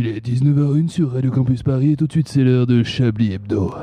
Il est 19h01 sur Radio Campus Paris et tout de suite c'est l'heure de Chablis Hebdo.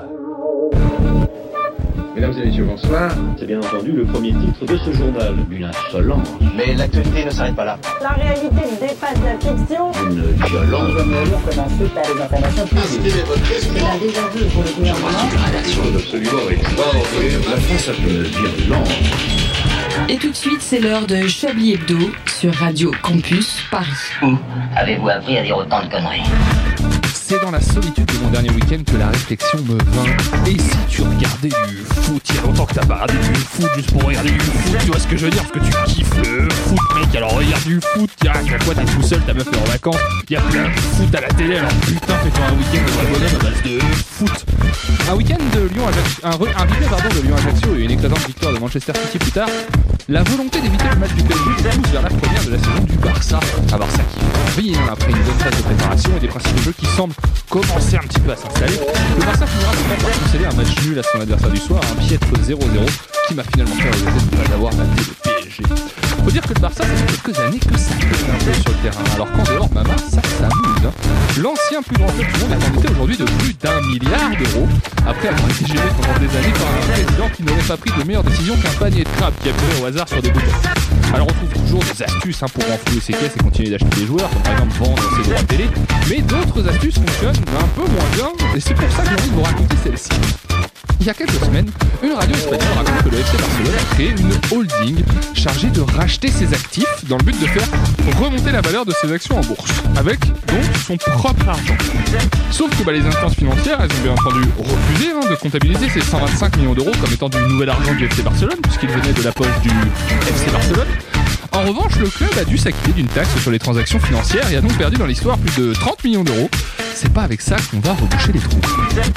Mesdames et messieurs, bonsoir. C'est bien entendu le premier titre de ce journal. Une insolence. Mais l'actualité ne s'arrête pas là. La réalité dépasse la fiction. Une violence. Nous allons commencer par les informations publiques. C'est un désaveu pour le gouvernement. Une rédaction absolument extraordinaire. La France a fait une violence. Et tout de suite, c'est l'heure de Chablis Hebdo sur Radio Campus Paris. Où avez-vous appris à dire autant de conneries ? C'est dans la solitude de mon dernier week-end que la réflexion me vint. Et si tu regardais du foot, il y a longtemps que t'as pas regardé du foot juste pour regarder du foot, tu vois ce que je veux dire, parce que tu kiffes le foot, mec, alors regarde du foot, tiens, à chaque fois t'es tout seul, ta meuf est en vacances, il y a plein de foot à la télé, alors putain, fais-toi un week-end de la bonhomme à base de foot. Un week-end de Lyon-Ajaccio, un replay de Lyon-Ajaccio et une éclatante victoire de Manchester City plus tard. La volonté d'éviter le match du PSG nous pousse vers la première de la saison du Barça. Un Barça qui vit après une bonne phase de préparation et des principes de jeu qui semblent commencer un petit peu à s'installer. Le Barça finira par concéder un match nul à son adversaire du soir, un piètre 0-0 qui m'a finalement fait regretter de ne pas avoir battu le PSG. Faut dire que le Barça, ça fait quelques années que ça gueule un peu sur le terrain, alors qu'en dehors, maman, ça s'amuse. L'ancien plus grand club du monde est endetté aujourd'hui de plus d'1 milliard d'euros, après avoir été géré pendant des années par un président qui n'aurait pas pris de meilleure décision qu'un panier de crabes qui a couru au hasard sur des boutons. Alors on trouve toujours des astuces pour renflouer ses caisses et continuer d'acheter des joueurs, comme par exemple vendre ses droits télé, mais d'autres astuces fonctionnent un peu moins bien, et c'est pour ça que j'ai envie de vous raconter celle-ci. Il y a quelques semaines, une radio espagnole raconte que le FC Barcelone a créé une holding chargée de racheter ses actifs dans le but de faire remonter la valeur de ses actions en bourse, avec donc son propre argent. Sauf que les instances financières, elles ont bien entendu refusé de comptabiliser ces 125 millions d'euros comme étant du nouvel argent du FC Barcelone, puisqu'il venait de la poche du FC Barcelone. En revanche, le club a dû s'acquitter d'une taxe sur les transactions financières et a donc perdu dans l'histoire plus de 30 millions d'euros. C'est pas avec ça qu'on va reboucher les trous.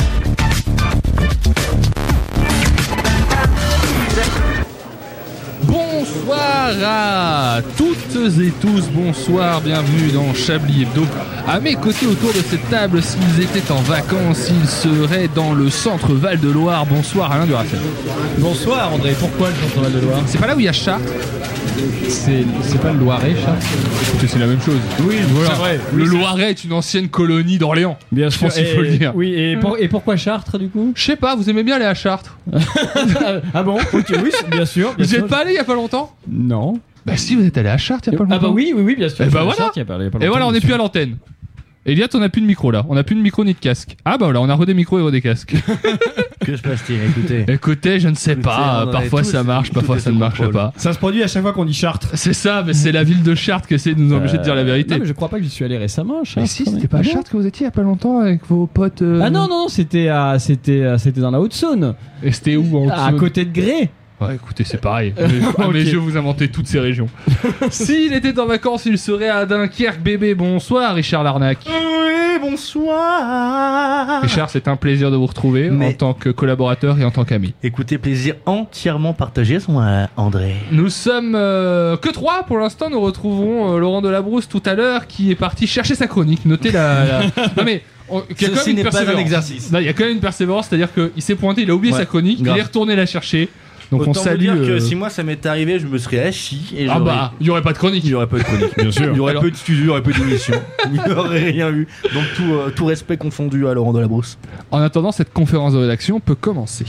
Bonsoir à toutes et tous, bonsoir, bienvenue dans Chablis Hebdo. À mes côtés autour de cette table, s'ils étaient en vacances, ils seraient dans le centre Val-de-Loire. Bonsoir Alain Duracell. Bonsoir André, pourquoi le centre Val-de-Loire ? C'est pas là où il y a Chartres ? C'est pas le Loiret, Chartres ? Écoutez, c'est la même chose. Oui, voilà. C'est vrai. Le Loiret est une ancienne colonie d'Orléans. Bien sûr, il faut le dire. Oui, et pourquoi Chartres du coup ? Je sais pas, vous aimez bien aller à Chartres ? Ah bon ? Ok, oui, bien sûr. Vous y êtes pas allé il y a pas longtemps ? Non. Bah si, vous êtes allé à Chartres il y a pas longtemps. Ah bah oui, bien sûr. Et bah voilà. Et voilà, on n'est plus à l'antenne. Eliott, on n'a plus de micro là, on n'a plus de micro ni de casque. Ah bah voilà, on a re des micros et re des casques. Que se passe-t-il ? Écoutez, je ne sais pas, parfois ça marche, parfois ça ne marche pas. Ça se produit à chaque fois qu'on dit Chartres. C'est ça, mais c'est la ville de Chartres qui essaie de nous empêcher de dire la vérité. Non mais je crois pas que j'y suis allé récemment à Chartres. Mais si, c'était pas à Chartres que vous étiez il y a pas longtemps avec vos potes. Ah non, c'était dans la Haute-Saône. Et c'était où en Haute-Saône ? À côté de Grès. Ouais, écoutez, c'est pareil. À mes yeux, vous inventez toutes ces régions. S'il était en vacances, il serait à Dunkerque, bébé. Bonsoir, Richard Larnac. Oui, bonsoir. Richard, c'est un plaisir de vous retrouver en tant que collaborateur et en tant qu'ami. Écoutez, plaisir entièrement partagé, André. Nous sommes que 3 pour l'instant. Nous retrouvons Laurent Delabrousse tout à l'heure qui est parti chercher sa chronique. Notez la... Non mais... Ceci n'est pas un exercice. Non, il y a quand même une persévérance, c'est-à-dire qu'il s'est pointé, il a oublié sa chronique, il est retourné la chercher. Donc autant on salue. Vous dire que si moi ça m'était arrivé, je me serais assis et il y aurait pas de chronique. Il y aurait pas de chronique, bien sûr. Il y aurait peu de studio, il y aurait peu d'émission. Il n'y aurait rien eu. Donc tout respect confondu à Laurent Delabrousse. En attendant, cette conférence de rédaction peut commencer.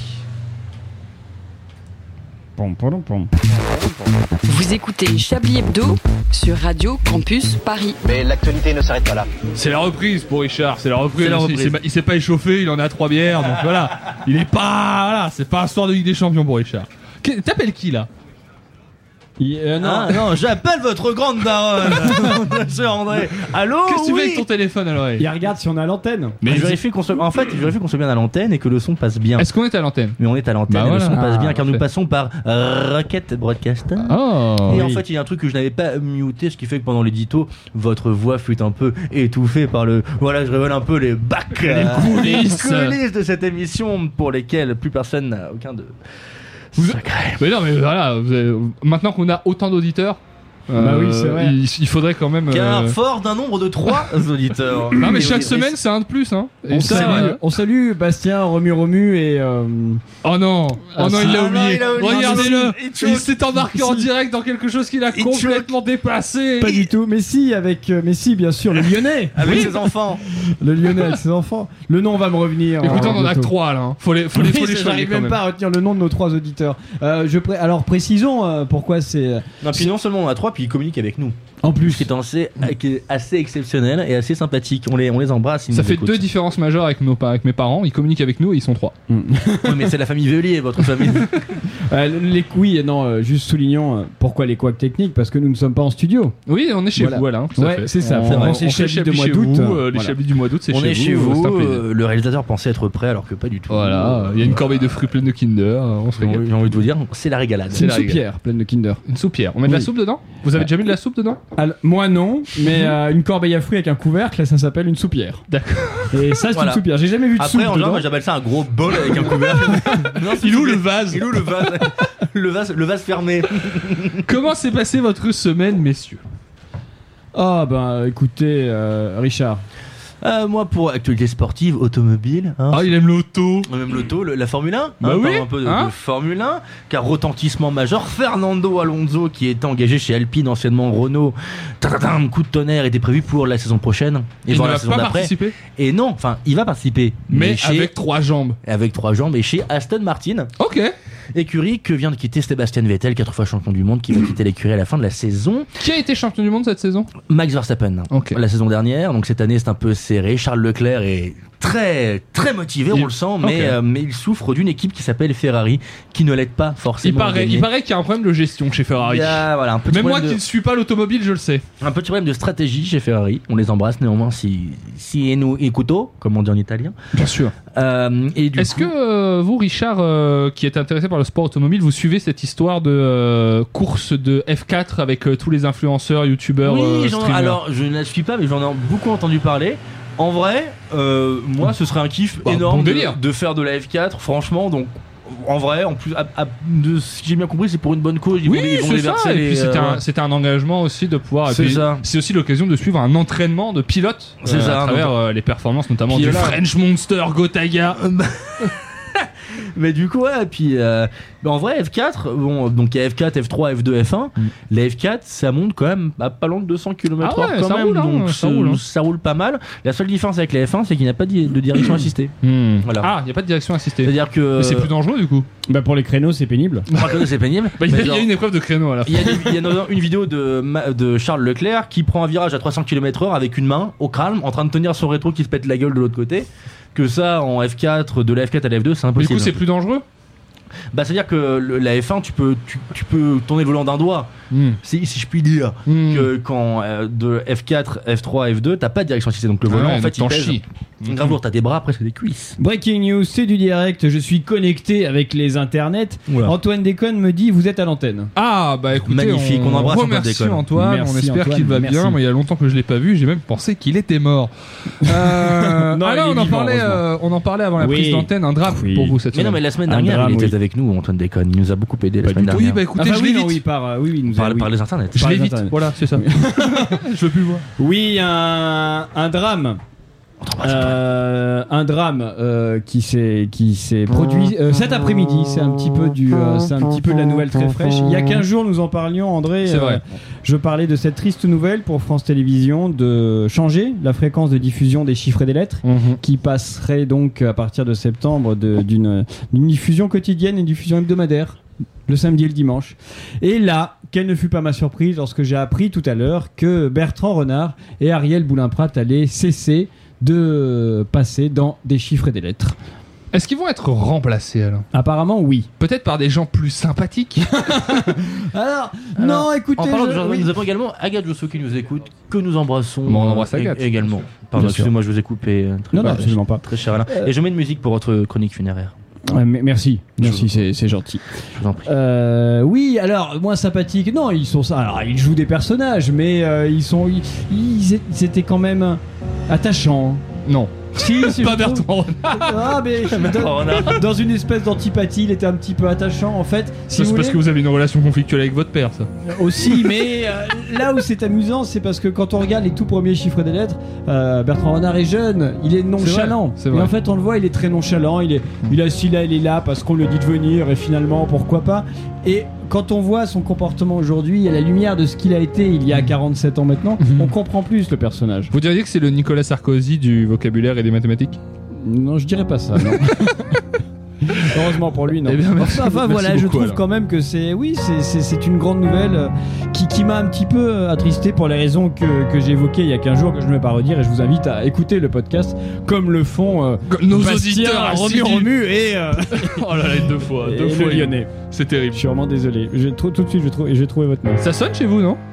Vous écoutez Chablis Hebdo sur Radio Campus Paris. Mais l'actualité ne s'arrête pas là. C'est la reprise pour Richard, c'est la reprise. reprise. Il s'est pas échauffé, il en a 3 bières, donc voilà. Il est pas... Voilà, c'est pas un soir de Ligue des Champions pour Richard. T'appelles qui là ? Non, j'appelle votre grande daronne, monsieur André. Allô. Qu'est-ce que tu fais avec ton téléphone à l'oreille ? Il regarde si on est à l'antenne. Mais je vérifie qu'on soit bien à l'antenne et que le son passe bien. Est-ce qu'on est à l'antenne ? Mais on est à l'antenne et le son passe bien car nous passons par Rocket Broadcaster. Et en fait, il y a un truc que je n'avais pas muté, ce qui fait que pendant l'édito, votre voix fut un peu étouffée par le... Voilà, je révèle un peu les coulisses de cette émission pour lesquelles plus personne n'a aucun de... Mais non, mais voilà, maintenant qu'on a autant d'auditeurs, Bah oui, c'est vrai. Il faudrait quand même. Car fort d'un nombre de 3 auditeurs. Non, mais chaque semaine, c'est un de plus. Hein. Et On salue Bastien, Romu et. Oh non, il l'a oublié. Regardez-le, il s'est embarqué en Si. direct dans quelque chose qu'il a complètement dépassé. Pas du tout. Mais si, bien sûr, le Lyonnais. Avec ses enfants. Le Lyonnais avec ses enfants. Le nom va me revenir. Écoute, on en a que bientôt. 3 là. Hein. Faut les choisir. J'arrive quand même pas à retenir le nom de nos 3 auditeurs. Alors précisons pourquoi c'est. Non, puis non seulement on a 3, puis ils communiquent avec nous. En plus. Ce qui est assez exceptionnel et assez sympathique. On les embrasse. Ils Ça nous fait écoutent. 2 différences majeures avec mes parents. Ils communiquent avec nous et ils sont 3. Oui, mais c'est la famille Veolier, votre famille. Juste soulignons pourquoi les couacs techniques, parce que nous ne sommes pas en studio. Oui, on est chez vous, Alain. tout à Ouais, fait. c'est ça. On C'est fait Chablis de mois chez d'août. vous, les Voilà. Chablis du mois d'août, c'est On est chez c'est vous. un plaisir. Le réalisateur pensait être prêt alors que pas du tout. Voilà, il y a une corbeille de fruits pleine de Kinder. On se régale. J'ai envie de vous dire, c'est la régalade. C'est une la règle. soupière pleine de Kinder. Une soupière. On met de la Oui. soupe dedans? Vous avez déjà mis de la soupe dedans? Alors, moi non, mais une corbeille à fruits avec un couvercle, ça s'appelle une soupière. D'accord. Et ça, c'est Voilà. une soupière. J'ai jamais vu de soupe Après, en général, dedans. moi j'appelle ça un gros bol avec un couvercle. Non, Il est où le vase? Il est où le vase le vase fermé. Comment s'est passée votre semaine, messieurs? Ah ben écoutez, Richard. Moi, pour actualité sportive, automobile. Hein, Ah, il aime l'auto. même l'auto, la Formule 1. Bah oui, parlons un peu de Formule 1. Car retentissement majeur, Fernando Alonso, qui est engagé chez Alpine, anciennement Renault, coup de tonnerre, était prévu pour la saison prochaine. Et Il voir ne la va saison pas d'après. participer. Et non, enfin, il va participer. Mais chez, avec 3 jambes. avec 3 jambes et chez Aston Martin. Ok. Écurie que vient de quitter Sébastien Vettel, 4 fois champion du monde, qui va quitter l'écurie à la fin de la saison. Qui a été champion du monde cette saison? Max Verstappen, Ok. la saison dernière. Donc cette année, c'est un peu serré. Charles Leclerc est très très motivé, on le sent, mais il souffre d'une équipe qui s'appelle Ferrari, qui ne l'aide pas forcément. Il paraît qu'il y a un problème de gestion chez Ferrari. Il y a, voilà, un petit Même moi problème qui ne suis pas l'automobile, je le sais. un petit problème de stratégie chez Ferrari. On les embrasse néanmoins si nous écoutons, comme on dit en italien. Bien sûr. Et du Est-ce coup, que vous, Richard, qui êtes intéressé par le sport automobile, vous suivez cette histoire de course de F4 avec tous les influenceurs, youtubeurs, oui, streamers? alors je ne la suis pas, mais j'en ai beaucoup entendu parler. En vrai, moi, ce serait un kiff Bah, énorme bon délire. de faire de la F4, franchement. Donc, en vrai, en plus, de ce que j'ai bien compris, c'est pour une bonne cause. Ils Oui, vont c'est les ça. verser Et puis les, c'était un engagement aussi de pouvoir. et C'est puis, ça. C'est aussi l'occasion de suivre un entraînement de pilote C'est ça, à travers les performances notamment Puis du là- French Monster Gotaga. Mais du coup, ouais, puis en vrai, F4, bon, donc il y a F4, F3, F2, F1. La F4, ça monte quand même à pas loin de 200 km/h Ah ouais, quand ça même, roule, hein, donc ça roule, hein. pas mal. La seule différence avec la F1, c'est qu'il n'y a pas de direction assistée. Voilà. Ah, il n'y a pas de direction assistée. C'est-à-dire que. Mais c'est plus dangereux du coup. Bah pour les créneaux, c'est pénible. Je crois que c'est pénible. Bah, il mais y genre, a une épreuve de créneau à la fin. il y a une vidéo de Charles Leclerc qui prend un virage à 300 km/h avec une main au crâne en train de tenir son rétro qui se pète la gueule de l'autre côté. Que ça en F4, de la F4 à la F2, c'est Du impossible. coup, c'est plus dangereux. Bah, c'est-à-dire que la F1, tu peux tourner le volant d'un doigt, si je puis dire. Que quand de F4, F3, F2, t'as pas de direction assistée. Donc le volant, Ouais, en fait, il t'en pèse. chies. Grave lourd, t'as des bras presque des cuisses. Breaking news, c'est du direct. Je suis connecté avec les internets. Oula. Antoine Déconne me dit vous êtes à l'antenne. Ah bah écoutez, Magnifique, on embrasse Antoine remercie Déconne. Antoine, Merci, on espère Antoine, qu'il va merci. bien. Moi, il y a longtemps que je l'ai pas vu, j'ai même pensé qu'il était mort. Non, ah il là, est on en vivant, parlait, heureusement. on en parlait avant la Oui. prise d'antenne, un drap Oui. pour vous cette Mais non, semaine. mais la semaine Un dernière, drame, il était oui. avec nous, Antoine Déconne. Il nous a beaucoup aidé la semaine du tout. dernière. Oui, bah écoutez, Enfin, je oui, vais non, vite. oui, il nous a, oui. Par les internets. Je Par vais les vite. internets. Voilà, c'est ça. Je veux plus voir. Oui, un drame. Un drame qui s'est produit cet après-midi. C'est un petit peu de la nouvelle très fraîche. Il y a 15 jours, nous en parlions, André. C'est vrai. Je parlais de cette triste nouvelle pour France Télévisions de changer la fréquence de diffusion des chiffres et des lettres, qui passerait donc à partir de septembre d'une diffusion quotidienne et une diffusion hebdomadaire. Le samedi et le dimanche. Et là, quelle ne fut pas ma surprise lorsque j'ai appris tout à l'heure que Bertrand Renard et Ariel Boulin-Prat allaient cesser de passer dans des chiffres et des lettres. Est-ce qu'ils vont être remplacés alors? Apparemment, oui. Peut-être par des gens plus sympathiques. Alors, non, écoutez, En parlant de oui. nous avons également Agathe Josso qui nous écoute, que nous embrassons. Bon, on embrasse Agathe. Également. Pardon, Bien sûr. excusez-moi, je vous ai coupé. Non, absolument pas. Très cher Alain. Et je mets une musique pour votre chronique funéraire. Ouais, merci, c'est gentil. Je vous en prie. Oui, alors moins sympathiques. Non, ils sont ça. Alors ils jouent des personnages, mais ils étaient quand même attachants. Non. Si, Pas Bertrand Renard. Ah, mais dans une espèce d'antipathie, il était un petit peu attachant en fait. Ça, c'est parce que vous avez une relation conflictuelle avec votre père, ça. Aussi, mais là où c'est amusant, c'est parce que quand on regarde les tout premiers chiffres des lettres, Bertrand Renard est jeune, il est nonchalant. C'est vrai. Et en fait, on le voit, il est très nonchalant. Il est assis là, il est là parce qu'on lui dit de venir et finalement, pourquoi pas. Et quand on voit son comportement aujourd'hui, à la lumière de ce qu'il a été il y a 47 ans maintenant, on comprend plus le personnage. Vous diriez que c'est le Nicolas Sarkozy du vocabulaire et des mathématiques? Non, je dirais pas ça. Non. Heureusement pour lui, non. Eh bien, merci, enfin voilà, merci je beaucoup, trouve alors. quand même que c'est une grande nouvelle qui m'a un petit peu attristé pour les raisons que j'ai évoquées il y a 15 jours, que je ne vais pas redire, et je vous invite à écouter le podcast comme le font nos Bastien, auditeurs Romu et oh là là, deux fois le Lyonnais. C'est terrible. Je suis vraiment désolé. Tout de suite, j'ai trouvé votre mail. Ça sonne chez vous, non?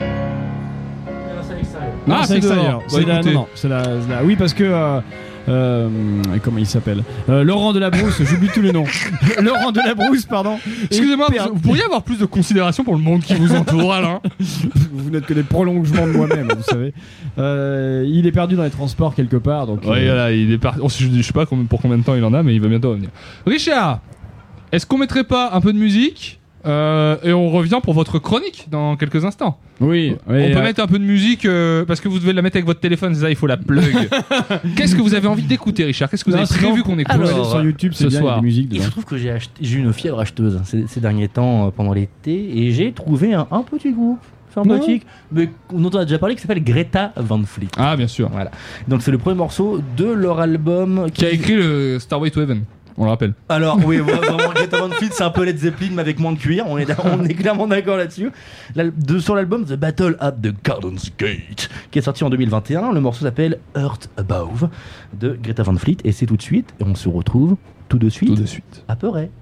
Non, Ah, c'est extérieur. C'est Bah, écoutez. c'est la. Oui, parce que. Comment il s'appelle Laurent Delabrousse, j'oublie tous les noms. Laurent Delabrousse, pardon. Excusez-moi, vous pourriez avoir plus de considération pour le monde qui vous entoure, Alain. Vous n'êtes que des prolongements de moi-même, vous savez. Il est perdu dans les transports quelque part. Donc, Ouais, voilà, il est parti. Je sais pas pour combien de temps il en a, mais il va bientôt revenir. Richard, est-ce qu'on mettrait pas un peu de musique et on revient pour votre chronique dans quelques instants? Oui, On peut mettre un peu de musique parce que vous devez la mettre avec votre téléphone, c'est ça, il faut la plug. Qu'est-ce que vous avez envie d'écouter, Richard? Qu'est-ce que vous avez prévu qu'on écoute sur YouTube, c'est ce bien, soir. il y a des musiques Il dedans. se trouve que j'ai eu une fièvre acheteuse ces derniers temps pendant l'été et j'ai trouvé un petit groupe sympathique, mais dont on a déjà parlé, qui s'appelle Greta Van Fleet. Ah, bien sûr. Voilà. Donc c'est le premier morceau de leur album Qui a écrit le Starway to Heaven, on le rappelle. Alors oui, vraiment Greta Van Fleet, c'est un peu Led Zeppelin mais avec moins de cuir. On est clairement d'accord là-dessus. Sur l'album The Battle at the Garden's Gate, qui est sorti en 2021, le morceau s'appelle Earth Above de Greta Van Fleet et c'est tout de suite. Et on se retrouve tout de suite. Tout de suite. À peu près.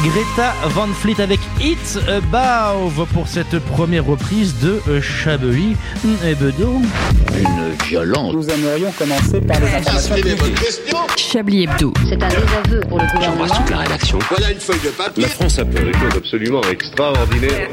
Greta Van Fleet avec It's Above pour cette première reprise de Chablis Hebdo. Une violence. Nous aimerions commencer par les informations publiques. Chablis Hebdo. C'est un désaveu pour le gouvernement. J'embrasse toute la rédaction. Voilà une feuille de papier. La France a fait des choses absolument extraordinaires.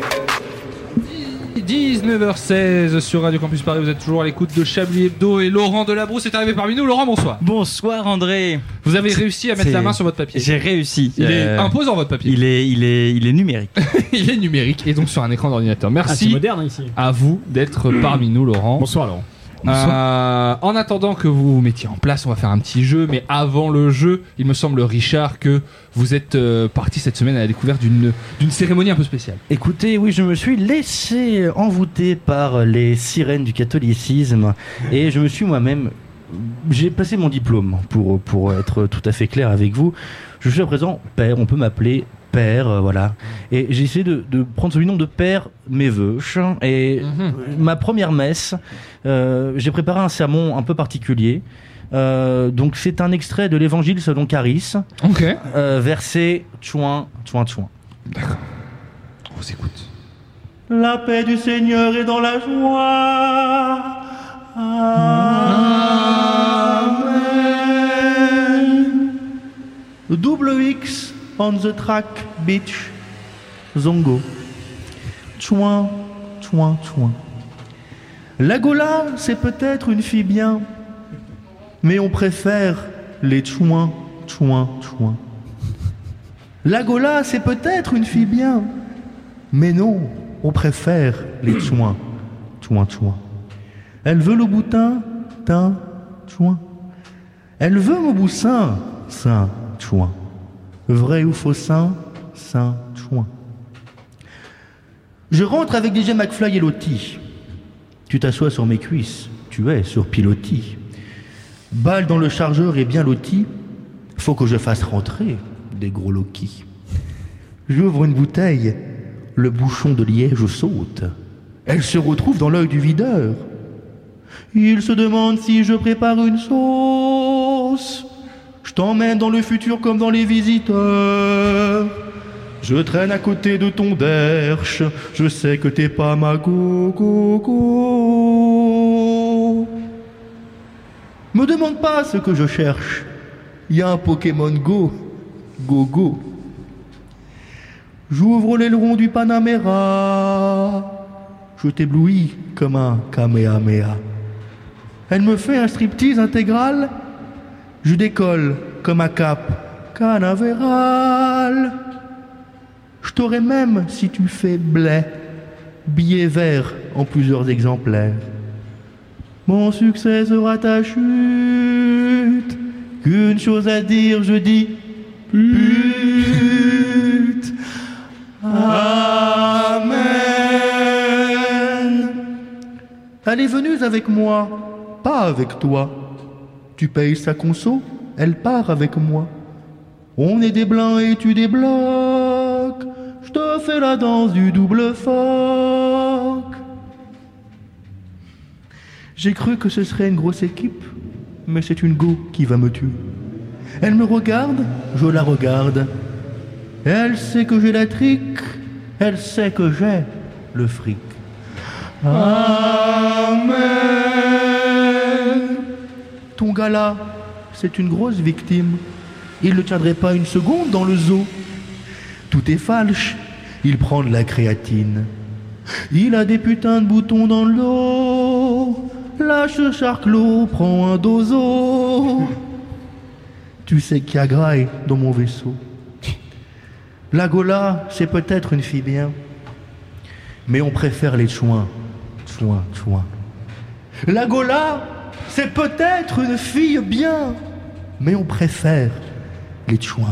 19h16 sur Radio Campus Paris, vous êtes toujours à l'écoute de Chablis Hebdo et Laurent Delabrousse est arrivé parmi nous. Laurent, bonsoir. Bonsoir André. Vous avez réussi à mettre la main sur votre papier. J'ai réussi. Il est imposant votre papier. Il est numérique. Il est numérique et donc sur un écran d'ordinateur. Merci c'est moderne ici. à vous d'être parmi nous, Laurent. Bonsoir Laurent. En attendant que vous vous mettiez en place, on va faire un petit jeu. Mais avant le jeu, il me semble, Richard, que vous êtes parti cette semaine à la découverte d'une cérémonie un peu spéciale. Écoutez, oui, je me suis laissé envoûter par les sirènes du catholicisme et je me suis moi-même... J'ai passé mon diplôme pour être tout à fait clair avec vous. Je suis à présent père, on peut m'appeler père, voilà. Et j'ai essayé de prendre celui nom de père mes vœux. Et ma première messe, j'ai préparé un sermon un peu particulier. Donc c'est un extrait de l'évangile selon Caris. Ok. Verset chouin. D'accord. On vous écoute. La paix du Seigneur est dans la joie. Amen. Double X on the track, bitch. Zongo. Chouin. La Gola, c'est peut-être une fille bien, mais on préfère les chouin. La Gola, c'est peut-être une fille bien, mais non, on préfère les chouin. Elle veut le boutin, chouin. Elle veut mon boussin, chouin. Vrai ou faux chouin. Je rentre avec DJ McFly et Lottie. Tu t'assois sur mes cuisses, tu es sur pilotis. Balle dans le chargeur et bien loti, faut que je fasse rentrer des gros Loki. J'ouvre une bouteille, le bouchon de liège saute. Elle se retrouve dans l'œil du videur. Il se demande si je prépare une sauce. Je t'emmène dans le futur comme dans les visiteurs. Je traîne à côté de ton derche. Je sais que t'es pas ma go. Me demande pas ce que je cherche. Y a un Pokémon Go. Go. J'ouvre l'aileron du Panamera. Je t'éblouis comme un Kamehameha. Elle me fait un striptease intégral. Je décolle comme un cap canavéral. Je t'aurai même si tu fais blé, billet vert en plusieurs exemplaires. Mon succès sera ta chute. Qu'une chose à dire, je dis pute. Amen. Elle est venue avec moi, pas avec toi. Tu payes sa conso, elle part avec moi. On est des blancs et tu débloques. Je te fais la danse du double phoque. J'ai cru que ce serait une grosse équipe, mais c'est une go qui va me tuer. Elle me regarde, je la regarde. Elle sait que j'ai la trique, elle sait que j'ai le fric. Amen. Ton gars-là, c'est une grosse victime. Il ne tiendrait pas une seconde dans le zoo. Tout est falche, il prend de la créatine. Il a des putains de boutons dans le dos. Lâche Charclot, prends un dozo. Tu sais qu'il y a graille dans mon vaisseau. La Gola, c'est peut-être une fille bien, mais on préfère les chouins. La Gola, c'est peut-être une fille bien, mais on préfère les chouins.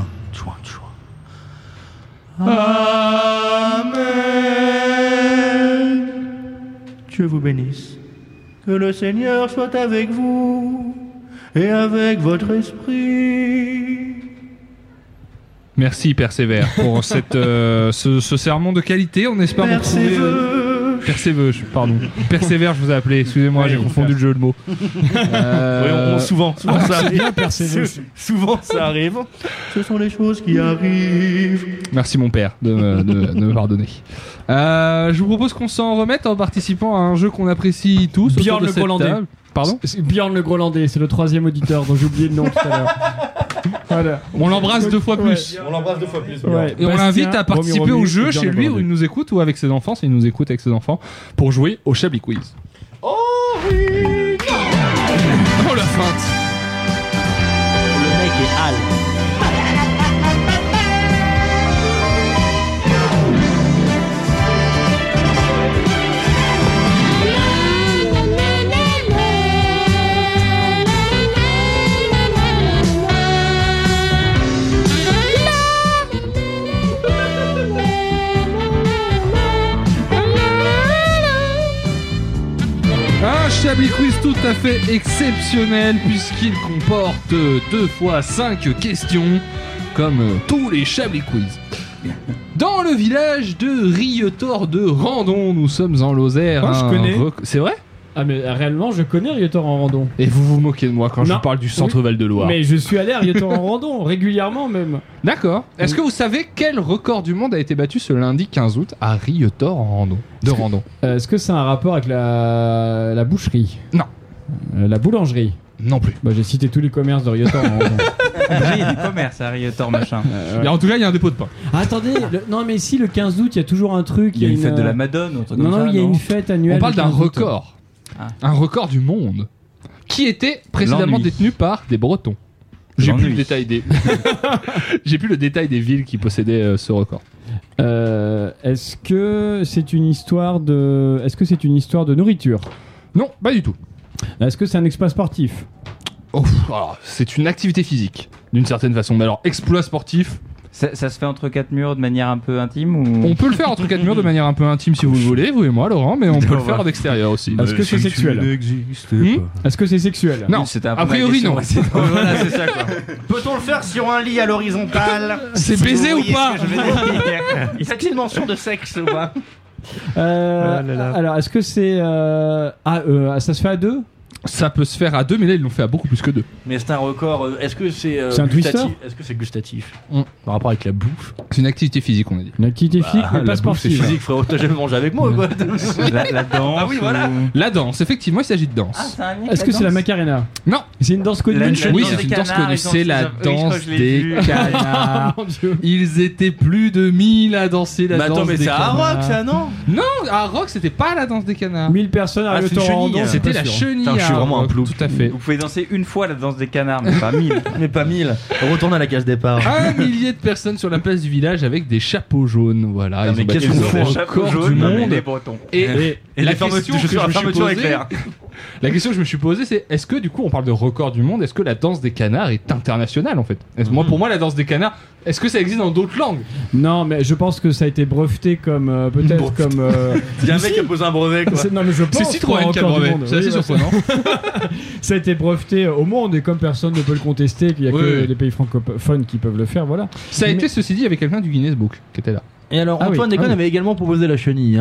Amen. Dieu vous bénisse. Que le Seigneur soit avec vous et avec votre esprit. Merci Persévère pour ce sermon de qualité. On espère vous retrouver Persévère, je vous ai appelé. Excusez-moi, j'ai confondu le jeu de mots. Souvent ça arrive. Souvent ça arrive. Ce sont les choses qui arrivent. Merci mon père de me pardonner. Je vous propose qu'on s'en remette en participant à un jeu qu'on apprécie tous. Bjorn le Groenlandais. Pardon ? Bjorn le Groenlandais, c'est le 3e auditeur dont j'ai oublié le nom tout à l'heure. Voilà. On l'embrasse 2 fois plus. On l'embrasse 2 fois plus. Ouais. Et on l'invite à participer au jeu chez lui où il nous écoute ou avec ses enfants, s'il nous écoute avec ses enfants, pour jouer au Chablis Quiz. Oh oui. Oh la feinte. Le mec est Al. Un Chablis Quiz tout à fait exceptionnel puisqu'il comporte 2 fois 5 questions comme tous les Chablis Quiz. Dans le village de Rietor de Randon, nous sommes en Lozère. Oh, je connais. C'est vrai ? Ah mais réellement je connais Rietor en Randon. Et vous vous moquez de moi quand je vous parle du centre Val-de-Loire. Mais je suis allé à Rietor en Randon régulièrement même. D'accord. Est-ce que vous savez quel record du monde a été battu ce lundi 15 août à Rietor en Randon ? Est-ce que c'est un rapport avec la boucherie ? Non. La boulangerie ? Non plus. Bah j'ai cité tous les commerces de Rietor en Randon. Il y a des commerces à Rietor machin. Et en tout cas il y a un dépôt de pain. Ah, attendez, non mais si le 15 août il y a toujours un truc. Il y a une fête de la Madone ou un truc comme ça. Non, il y a une fête annuelle. On parle d'un record. Ah. Un record du monde qui était précédemment détenu par des Bretons. J'ai plus le détail des villes qui possédaient ce record. Est-ce que c'est une histoire de nourriture ? Non, pas du tout. Est-ce que c'est un exploit sportif ? Alors, c'est une activité physique d'une certaine façon. Mais alors exploit sportif. Ça se fait entre 4 murs de manière un peu intime ou... On peut le faire entre 4 murs de manière un peu intime si vous le voulez, vous et moi, Laurent, mais on peut le faire en extérieur aussi. Est-ce que c'est sexuel ? Est-ce que c'est sexuel ? Non, a priori non. Voilà, c'est ça quoi. Peut-on le faire sur un lit à l'horizontale ? C'est baiser ou pas ? Il y a une mention de sexe ou pas ? Alors, est-ce que c'est... ça se fait à 2 ? Ça peut se faire à 2, mais là ils l'ont fait à beaucoup plus que 2. Mais c'est un record. Est-ce que c'est un gustatif ? Est-ce que c'est gustatif par rapport avec la bouffe ? C'est une activité physique, on a dit. Une activité physique, mais pas sportive. C'est physique, frérot. T'as jamais mangé avec moi ou quoi ? La danse. Ah oui, voilà. La danse, effectivement, il s'agit de danse. Est-ce que c'est la Macarena ? Non. C'est une danse connue. Oui, c'est une danse connue. C'est la danse des canards. Ils étaient plus de 1000 à danser la danse des canards. Mais c'est à Rock, ça, non ? Non, à Rock, c'était pas la danse des canards. 1000 personnes à Rietor. C'était la chenille. Je suis vraiment un plouc. Tout à fait. Vous pouvez danser une fois la danse des canards, mais pas 1000. Mais pas 1000. Retourne à la case départ. 1 millier de personnes sur la place du village avec des chapeaux jaunes. Voilà. Non, mais qu'est-ce qu'on fait ? Chapeaux jaunes du monde. Les Bretons. Et la question que je me suis posée, la question que je me suis posée, c'est est-ce que du coup on parle de record du monde ? Est-ce que la danse des canards est internationale en fait ? Moi, pour moi, la danse des canards, est-ce que ça existe dans d'autres langues ? Non, mais je pense que ça a été breveté comme peut-être comme. Il y a un mec qui a posé un brevet quoi. Non, mais je pense. C'est Citroën qui a le brevet. C'est assez surprenant. Ça a été breveté au monde et comme personne ne peut le contester, qu'il y a que les pays francophones qui peuvent le faire, voilà. Ça a été ceci dit avec quelqu'un du Guinness Book qui était là. Et alors Antoine Déconne avait également proposé la chenille.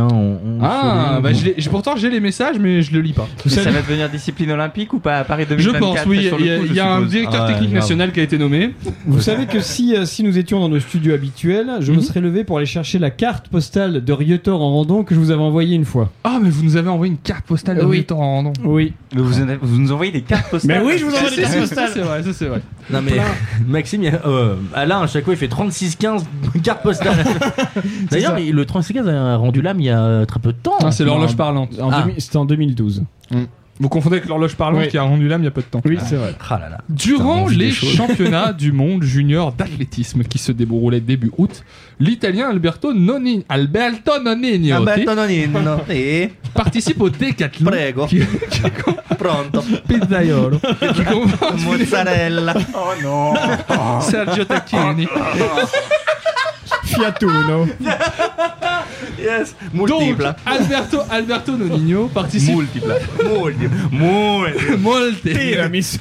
Pourtant j'ai les messages mais je le lis pas. Ça va devenir discipline olympique ou pas à Paris 2024 ? Je pense, oui. Il y a un directeur technique national qui a été nommé. Vous savez que si nous étions dans nos studios habituels, je me serais levé pour aller chercher la carte postale de Rietor en Randon que je vous avais envoyée une fois. Ah, mais vous nous avez envoyé une carte postale de Rietor en Randon. Oui. Mais vous nous envoyez des cartes postales. Mais oui, je vous envoie des cartes postales. Ça c'est vrai. Non mais Maxime, Alain à chaque fois il fait 36-15 cartes postales. D'ailleurs le 36-15 a rendu l'âme il y a très peu de temps. Ah, c'est l'horloge parlante. C'était en 2012. Vous confondez avec l'horloge parlante qui a rendu l'âme il y a peu de temps. Oui, c'est vrai. Ah là là. Durant les championnats du monde junior d'athlétisme qui se déroulaient début août, l'Italien Alberto Nonini participe au décathlon. Prego. Pronto. Pizzaiolo. Mozzarella. Oh non. Sergio Tacchini. Fiatuno. Yes. Multiple. Donc, Alberto Nonino participe. Multiple. Tiramisu.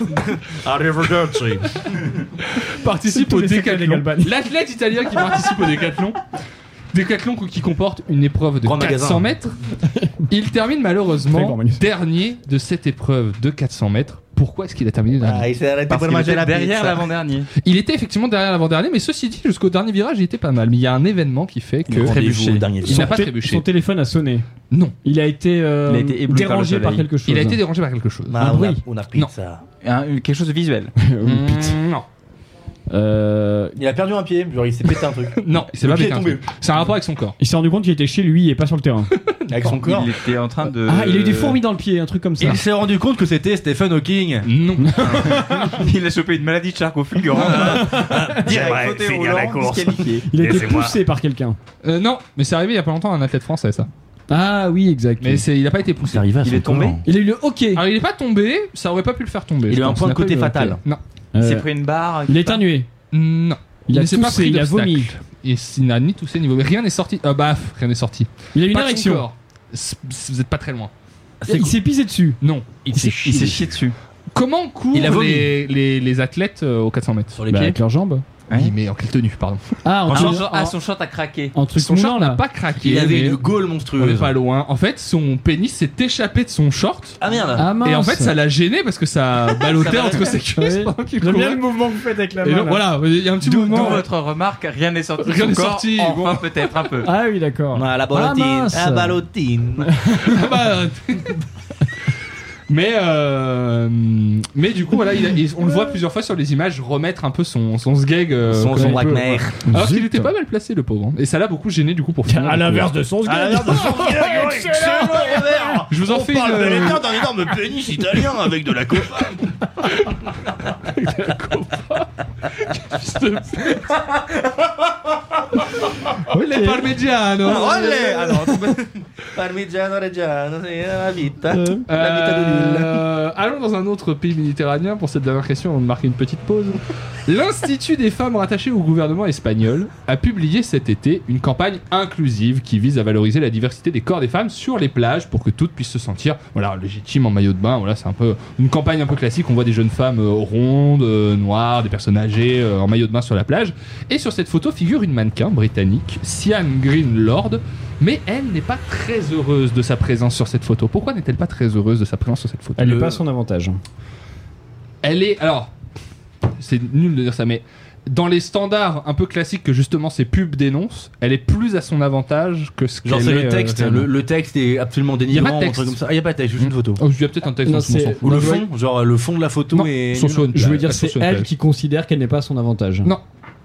Arrivederci. Participe au décathlon. L'athlète italien qui participe au décathlon Décathlon qui comporte une épreuve de Grand 400 magasin. mètres. Il termine Très malheureusement grand magasin. dernier de cette épreuve de 400 mètres. Pourquoi est-ce qu'il a terminé dernier? Ah, il s'est arrêté Parce pour qu'il manger était la derrière pizza. l'avant-dernier. Il était effectivement derrière l'avant-dernier, mais ceci dit, jusqu'au dernier virage, il était pas mal. Mais il y a un événement qui fait que... Rendez-vous au dernier Il n'a pas Son trébuché. téléphone a sonné. Non. Il a été, été ébloui par le dérangé par soleil. quelque chose. Il a été dérangé par quelque chose. Ah, Un bruit. on a pizza. Quelque chose de visuel. Non. Il a perdu un pied, genre il s'est pété un truc. Non, il s'est Le pas pied pété est un tombé. truc. C'est un rapport avec son corps. Il s'est rendu compte qu'il était chez lui et pas sur le terrain. Avec son corps. Il était en train de. Ah, il a eu des fourmis dans le pied, un truc comme ça. Il s'est rendu compte que c'était Stephen Hawking. Non. Il a chopé une maladie de Charcot fulgurant. Direct fauteuil roulant, disqualifié. Il a été poussé par quelqu'un. Non, mais c'est arrivé il y a pas longtemps à un athlète français, ça. Ah oui, exact. Mais il a pas été poussé. arrivé à Il son est tombé. corps. Il a eu le hockey. Alors il est pas tombé, ça aurait pas pu le faire tomber. Il je a eu un pense. point de n'a pas côté eu le fatal. hockey. Non. Il s'est pris une barre. Il a éternué. Non. Il a ne s'est pas toussé, pris il a d'obstacle. vomi. Et il n'a ni toussé ni vomi. Rien n'est sorti. Rien n'est sorti. Il a eu une Pas de son érection. corps. Vous êtes pas très loin. Il s'est pissé dessus. Non. Il s'est chié dessus. Comment courent Il a vomi. les athlètes aux 400 mètres? Sur les Bah, pieds. avec leurs jambes. Oui, mais en quelle tenue, pardon. Ah, Son short a craqué. en truc Son short moulant n'a là. pas craqué. Il avait mais une gaule on est monstrueuse. pas loin. En fait, son pénis s'est échappé de son short. Ah merde. Ah mince. Et en fait, ça l'a gêné parce que ça ballottait entre ses cuisses Ouais. pendant qu'il J'aime bien courait. le mouvement que vous faites avec la Et main. donc, là. voilà, il y a un petit D'où mouvement. votre remarque, rien n'est sorti. de Rien son n'est corps. sorti, Enfin, bon. peut-être un peu. Ah oui, d'accord. Ah, la Ah, ballotine. mince. La ballotine. Ah bah, mais du coup, voilà, on le voit plusieurs fois sur les images remettre un peu son sgeg. Son comme il black peut. mare. Alors qu'il Zut. était pas mal placé, le pauvre. Et ça l'a beaucoup gêné, du coup, pour finir. À l'inverse de son À sgeg. Je vous en fais parle une- de l'état d'un énorme pénis italien avec de la copa. Le parmigiano. Olè! Ah no, Parmigiano Reggiano, c'est la vita. La vita de Lille. Allons dans un autre pays méditerranéen pour cette dernière question, on marque une petite pause. L'Institut des femmes rattachées au gouvernement espagnol a publié cet été une campagne inclusive qui vise à valoriser la diversité des corps des femmes sur les plages pour que toutes puissent se sentir légitimes en maillot de bain. Voilà, c'est un peu une campagne un peu classique. On voit des jeunes femmes rondes, noires, des personnes âgées en maillot de bain sur la plage. Et sur cette photo figure une mannequin britannique, Sian Greenlord. Mais elle n'est pas très heureuse de sa présence sur cette photo. Pourquoi n'est-elle pas très heureuse de sa présence sur cette photo? Elle n'est pas à son avantage. Elle est... Alors, c'est nul de dire ça, mais dans les standards un peu classiques que justement ces pubs dénoncent, elle est plus à son avantage que ce qu'elle Genre est... c'est le texte, réellement. le texte est absolument dénigrant, Y a pas de un truc texte. comme ça. Ah, y a pas de texte, juste une photo. Oh, il y a peut-être un texte, Non, on s'en c'est- fout. Ou le Ouais. fond, genre le fond de la photo Non, est. sur une Je veux plage, dire, sur c'est une elle plage. qui considère qu'elle n'est pas à son avantage. Non.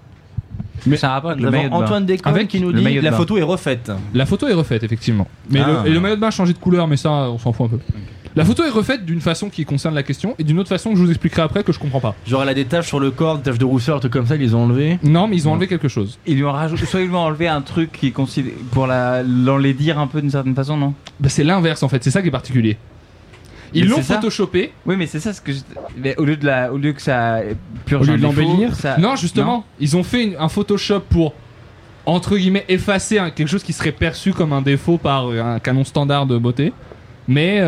Mais ça a rapport avec le maillot de bain. Antoine Descamps Avec qui nous le dit maillot de la bain. photo est refaite. La photo est refaite, effectivement. Mais Ah. le maillot de bain a changé de couleur, mais ça, on s'en fout un peu. La photo est refaite d'une façon qui concerne la question et d'une autre façon que je vous expliquerai après que je comprends pas. Genre elle a des taches sur le corps, des taches de rousseur, des trucs comme ça, ils les ont enlevées. Non, mais ils ont enlevé quelque chose. Ils lui ont rajouté, soit ils lui ont enlevé un truc qui considère pour l'enlaidir un peu d'une certaine façon, non? Bah, c'est l'inverse en fait, c'est ça qui est particulier. Ils Mais l'ont c'est ça. photoshopé. Oui, mais c'est ça ce que mais au lieu que ça purge Au lieu de un défaut, l'embellir ça... Non, justement, ils ont fait un Photoshop pour, entre guillemets, effacer quelque chose qui serait perçu comme un défaut par un canon standard de beauté, mais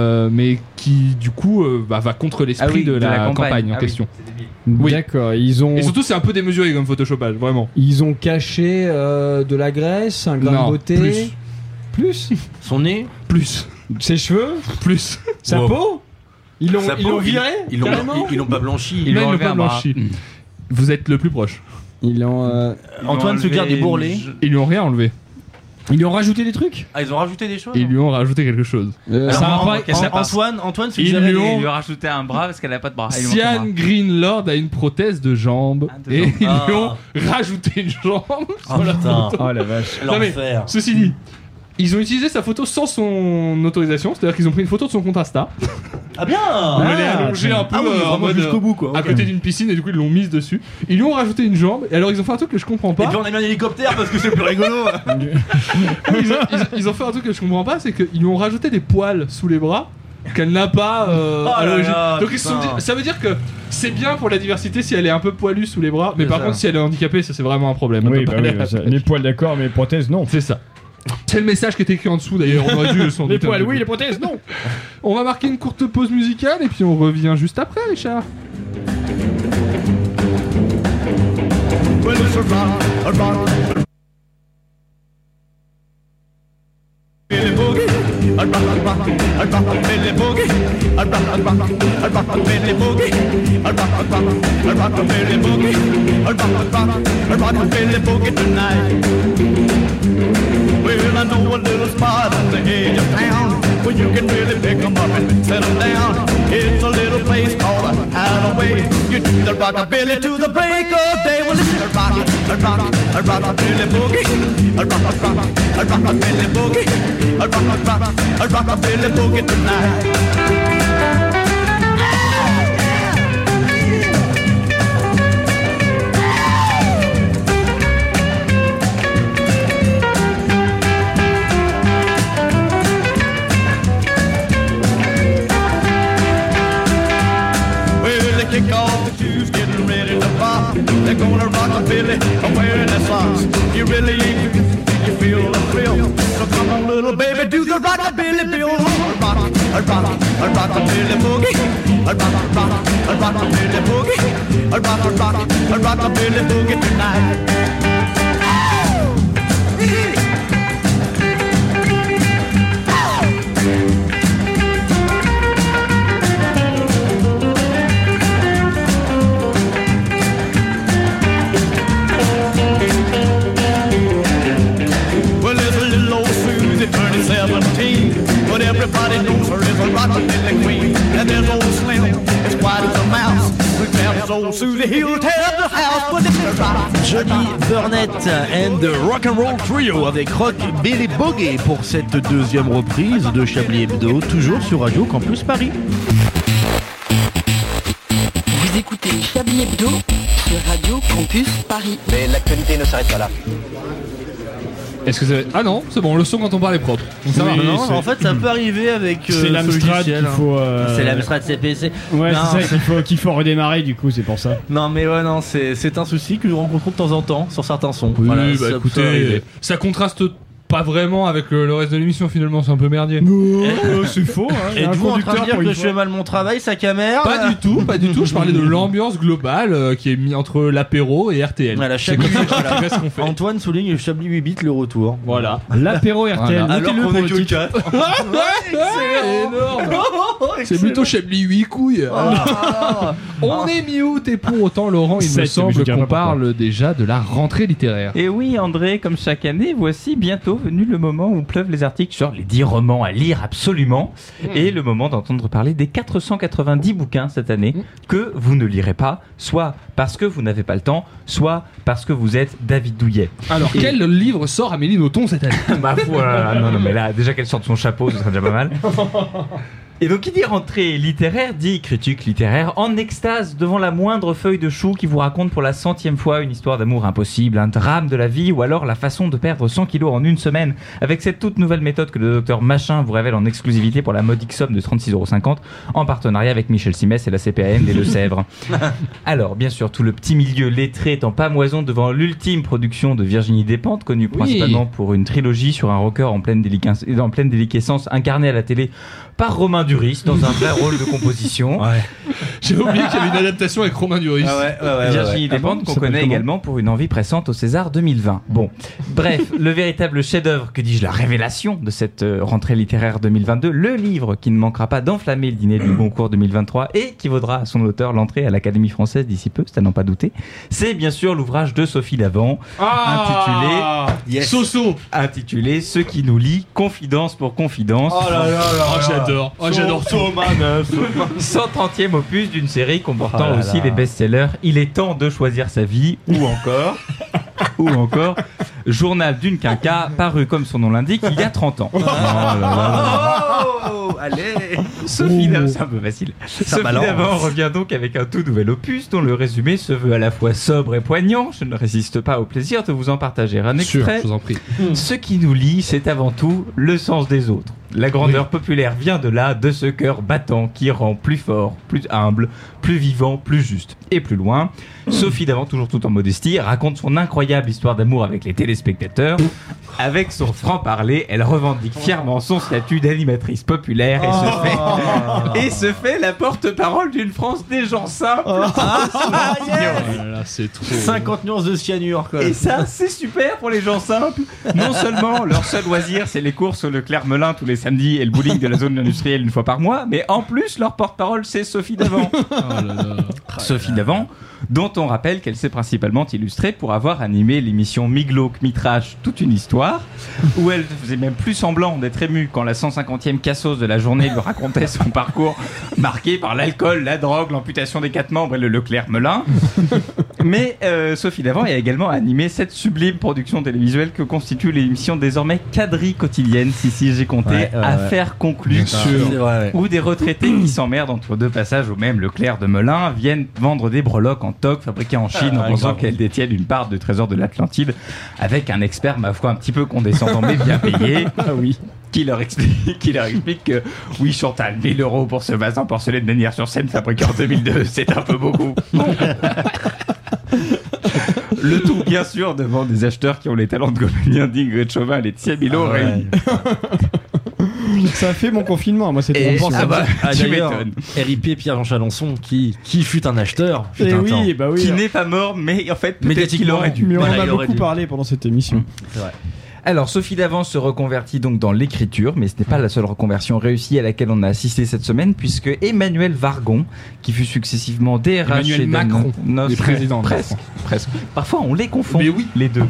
qui, du coup, va contre l'esprit Ah oui, de la campagne en Ah oui, question. c'est débile. Oui. D'accord, ils ont, Et surtout, c'est un peu démesuré comme Photoshopage, vraiment. ils ont caché de la graisse, un grain Non, de beauté. Plus Son nez, Plus. Ses cheveux, Plus. sa Wow. peau. Ils l'ont sa ils l'ont peau, viré ils l'ont carrément ils l'ont pas blanchi. Ils Là, lui ont ils l'ont enlevé pas un bras. blanchi. Vous êtes le plus proche. Ils l'ont Ils lui ont Antoine se enlevé garde des bourrelets. Ils lui ont rien enlevé. ils lui ont rajouté des trucs. Ah, ils ont rajouté des choses. Ils lui ont rajouté quelque chose. Alors, Ça An- va pas- An- ça passe. Antoine Ils suggérait lui des- ont- Il lui a rajouté un bras parce qu'elle a pas de bras. Il lui manque un Sian bras. Greenlord a une prothèse de jambe Ah, de et jambe. ils lui Ah. ont rajouté une jambe. Ah sur la putain, Oh la vache. Non, mais- l'enfer. Ceci dit, ils ont utilisé sa photo sans son autorisation, c'est-à-dire qu'ils ont pris une photo de son compte Insta. Ah bien. où elle est allongée un peu Ah oui, en vraiment mode jusqu'au bout quoi. à Ok. côté d'une piscine et du coup ils l'ont mise dessus. Ils lui ont rajouté une jambe et alors ils ont fait un truc que je comprends Et pas. puis on a mis un hélicoptère parce que c'est plus rigolo. Ils ont fait un truc que je comprends pas, c'est qu'ils lui ont rajouté des poils sous les bras qu'elle n'a pas à là l'origine. là, Donc ils se sont dit, putain. ça veut dire que c'est bien pour la diversité si elle est un peu poilue sous les bras, mais C'est par ça. contre si elle est handicapée, ça c'est vraiment un problème. Elle Oui, peut bah pas oui, aller à la ça- plage. les poils d'accord, mais les prothèses non. C'est ça. C'est le message qui est écrit en dessous d'ailleurs, on aurait dû s'en Les douter un poils peu oui, plus. les prothèses non. On va marquer une courte pause musicale et puis on revient juste après, Richard. rockabilly boogie. A rockabilly boogie. A rockabilly boogie. A rockabilly boogie tonight. Well, I know a little spot on the edge of town where you can really pick 'em up and set 'em down. It's a little place called a Hideaway. You do the rockabilly to the break of day. Well, it's a rockabilly boogie. A rockabilly boogie. A rockabilly boogie tonight. Kick off the shoes, getting ready to pop. They're gonna rockabilly, wearing their socks. You really ain't, you feel the thrill. So come on, little baby, do the rockabilly bill. A rockabilly boogie. A rockabilly boogie. A rockabilly boogie tonight. Turning 17, but everybody knows her as a rockabilly queen. And there's old Slim, as quiet as a mouse. With there's old Susie, he'll tear the house, but it's a rock. Johnny Burnett and the Rock and Roll Trio avec Rockabilly Boogie pour cette deuxième reprise de Chablis Hebdo, toujours sur Radio Campus Paris. Vous écoutez Chablis Hebdo sur Radio Campus Paris. Mais l'actualité ne s'arrête pas là. Est-ce que c'est... Ah non, c'est bon, le son quand on parle est propre. Donc ça va. Non, en fait, ça peut arriver avec c'est l'Amstrad qu'il faut. C'est l'Amstrad CPC. Ouais, non, c'est ça qu'il faut redémarrer, du coup, c'est pour ça. Non, mais ouais, non, c'est un souci que nous rencontrons de temps en temps sur certains sons. Oui, voilà, bah écoutez, ça contraste pas vraiment avec le reste de l'émission, finalement, c'est un peu merdier. C'est faux. Hein. Et vous en train de dire que je fais mal mon travail, sac à mer? Pas du tout. Je parlais de l'ambiance globale qui est mise entre l'apéro et RTL. Voilà, c'est ce qu'on fait. Antoine souligne Chablis 8 bits le retour. Voilà. L'apéro RTL. Voilà. Alors qu'on est que 4. Énorme. C'est plutôt Chablis 8 couilles. On est mi-août et pour autant, Laurent, il me semble qu'on parle déjà de la rentrée littéraire. Et oui, André, comme chaque année, voici bientôt venu le moment où pleuvent les articles sur les 10 romans à lire absolument et le moment d'entendre parler des 490 bouquins cette année que vous ne lirez pas, soit parce que vous n'avez pas le temps, soit parce que vous êtes David Douillet. Alors, quel livre sort Amélie Nothomb cette année? Ma foi, non, mais là, déjà qu'elle sorte son chapeau, ce serait déjà pas mal. Et donc, qui dit rentrée littéraire dit critique littéraire en extase devant la moindre feuille de chou qui vous raconte pour la 100e fois une histoire d'amour impossible, un drame de la vie ou alors la façon de perdre 100 kilos en une semaine avec cette toute nouvelle méthode que le docteur Machin vous révèle en exclusivité pour la modique somme de 36,50€ en partenariat avec Michel Simès et la CPAM des Deux-Sèvres. Alors, bien sûr, tout le petit milieu lettré est en pamoison devant l'ultime production de Virginie Despentes, connue principalement pour une trilogie sur un rocker en pleine déliquescence incarné à la télé par Romain Duris dans un vrai rôle de composition. Ouais. J'ai oublié qu'il y avait une adaptation avec Romain Duris. Virginie Despentes qu'on connaît également pour une envie pressante au César 2020. Bon, bref, le véritable chef-d'œuvre, que dis-je, la révélation de cette rentrée littéraire 2022, le livre qui ne manquera pas d'enflammer le dîner du Goncourt 2023 et qui vaudra à son auteur l'entrée à l'Académie française d'ici peu, c'est à n'en pas douter. C'est bien sûr l'ouvrage de Sophie Davant, intitulé Ce qui nous lie, confidence pour confidence. Oh là là là, j'adore Thomas 130e opus d'une série comportant aussi les best-sellers Il est temps de choisir sa vie ou encore Journal d'une quinca paru comme son nom l'indique il y a 30 ans. Allez, Sophie Davant, c'est un peu facile. Sophie Davant revient donc avec un tout nouvel opus dont le résumé se veut à la fois sobre et poignant. Je ne résiste pas au plaisir de vous en partager un extrait. Je vous en prie. Ce qui nous lie, c'est avant tout le sens des autres. La grandeur populaire vient de là, de ce cœur battant qui rend plus fort, plus humble, plus vivant, plus juste. Et plus loin, Sophie Davant, toujours tout en modestie, raconte son incroyable histoire d'amour avec les téléspectateurs. Avec son franc-parler, elle revendique fièrement son statut d'animatrice populaire et se fait la porte-parole d'une France des gens simples. C'est trop. 50 nuances de cyanure, quoi. Et ça, c'est super pour les gens simples. Non seulement leur seul loisir, c'est les courses au Leclerc-Melun tous les samedis et le bowling de la zone industrielle une fois par mois, mais en plus, leur porte-parole, c'est Sophie Davant. Sophie Davant, dont on rappelle qu'elle s'est principalement illustrée pour avoir animé l'émission Mi-Glauque, Mi-Trash, toute une histoire, où elle faisait même plus semblant d'être émue quand la 150e cassos de la journée lui racontait son parcours marqué par l'alcool, la drogue, l'amputation des 4 membres et le Leclerc-Melun. Mais Sophie Davant a également animé cette sublime production télévisuelle que constitue l'émission désormais quadri quotidienne, si j'ai compté, Affaires conclues, où des retraités qui s'emmerdent entre deux passages au même Leclerc de Melun viennent vendre des breloques en toc fabriqués en Chine en pensant qu'elles détiennent une part de trésor de l'Atlantide, avec un expert, ma foi, un petit peu condescendant mais bien payé. Qui leur explique que oui, Chantal, 1 000 € pour ce vase en porcelaine Menhir sur Seine fabriqué en 2002, c'est un peu beaucoup. Le tout, bien sûr, devant des acheteurs qui ont les talents de comédien d'Ingrid Chauvin et de Sia Milo réunis. Ça a fait mon confinement, moi c'était tu m'étonnes. RIP Pierre-Jean Chalençon qui fut un acheteur. Qui n'est pas mort, mais en fait peut-être qu'il aurait dû. Mais on en a beaucoup parlé pendant cette émission. C'est vrai. Alors, Sophie Davant se reconvertit donc dans l'écriture, mais ce n'est pas la seule reconversion réussie à laquelle on a assisté cette semaine, puisque Emmanuel Vargon, qui fut successivement DRH Emmanuel Macron, le président. Presque. Parfois, on les confond, les deux.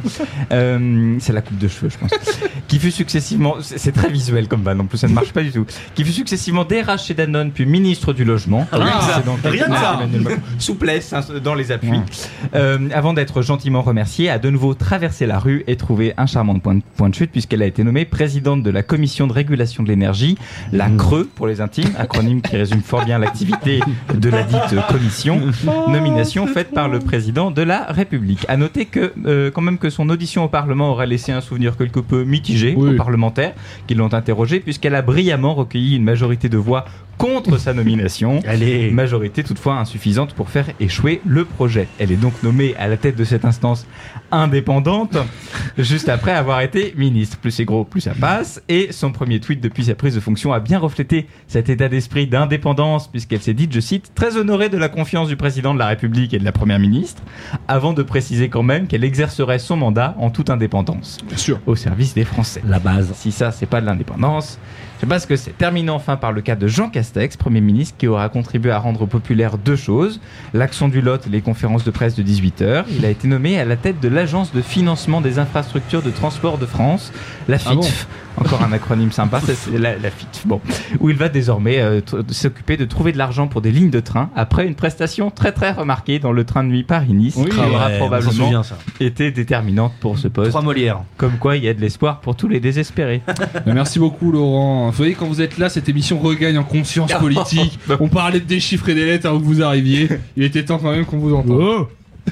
C'est la coupe de cheveux, je pense. Qui fut successivement, c'est très visuel comme vanne, en plus ça ne marche pas du tout. Qui fut successivement DRH chez Danone, puis ministre du Logement. Rien que ça. Souplesse dans les appuis. Avant d'être gentiment remerciée, a de nouveau traversé la rue et trouvé un charmant point de chute, puisqu'elle a été nommée présidente de la commission de régulation de l'énergie, la CRE pour les intimes, acronyme qui résume fort bien l'activité de la dite commission, nomination faite par le président de la République. À noter que quand même que son audition au Parlement aurait laissé un souvenir quelque peu mitigé aux parlementaires qui l'ont interrogée, puisqu'elle a brillamment recueilli une majorité de voix contre sa nomination, majorité toutefois insuffisante pour faire échouer le projet. Elle est donc nommée à la tête de cette instance indépendante, juste après avoir été ministre. Plus c'est gros, plus ça passe, et son premier tweet depuis sa prise de fonction a bien reflété cet état d'esprit d'indépendance, puisqu'elle s'est dite, je cite, très honorée de la confiance du président de la République et de la première ministre, avant de préciser quand même qu'elle exercerait son mandat en toute indépendance. Bien sûr. Au service des Français. La base. Si ça, c'est pas de l'indépendance, je sais pas ce que c'est. Terminons enfin par le cas de Jean Castex, Premier ministre, qui aura contribué à rendre populaire deux choses: l'accent du Lot et les conférences de presse de 18h. Il a été nommé à la tête de l'Agence de financement des infrastructures de transport de France, la FITF. Encore un acronyme sympa, ça, c'est la FITF. Bon, où il va désormais s'occuper de trouver de l'argent pour des lignes de train après une prestation très très remarquée dans le train de nuit Paris-Nice, qui aura probablement été déterminante pour ce poste. 3 Molières. Comme quoi, il y a de l'espoir pour tous les désespérés. Merci beaucoup, Laurent. Vous voyez, quand vous êtes là, cette émission regagne en conscience politique. On parlait de déchiffrer des lettres avant que vous arriviez. Il était temps quand même qu'on vous entende.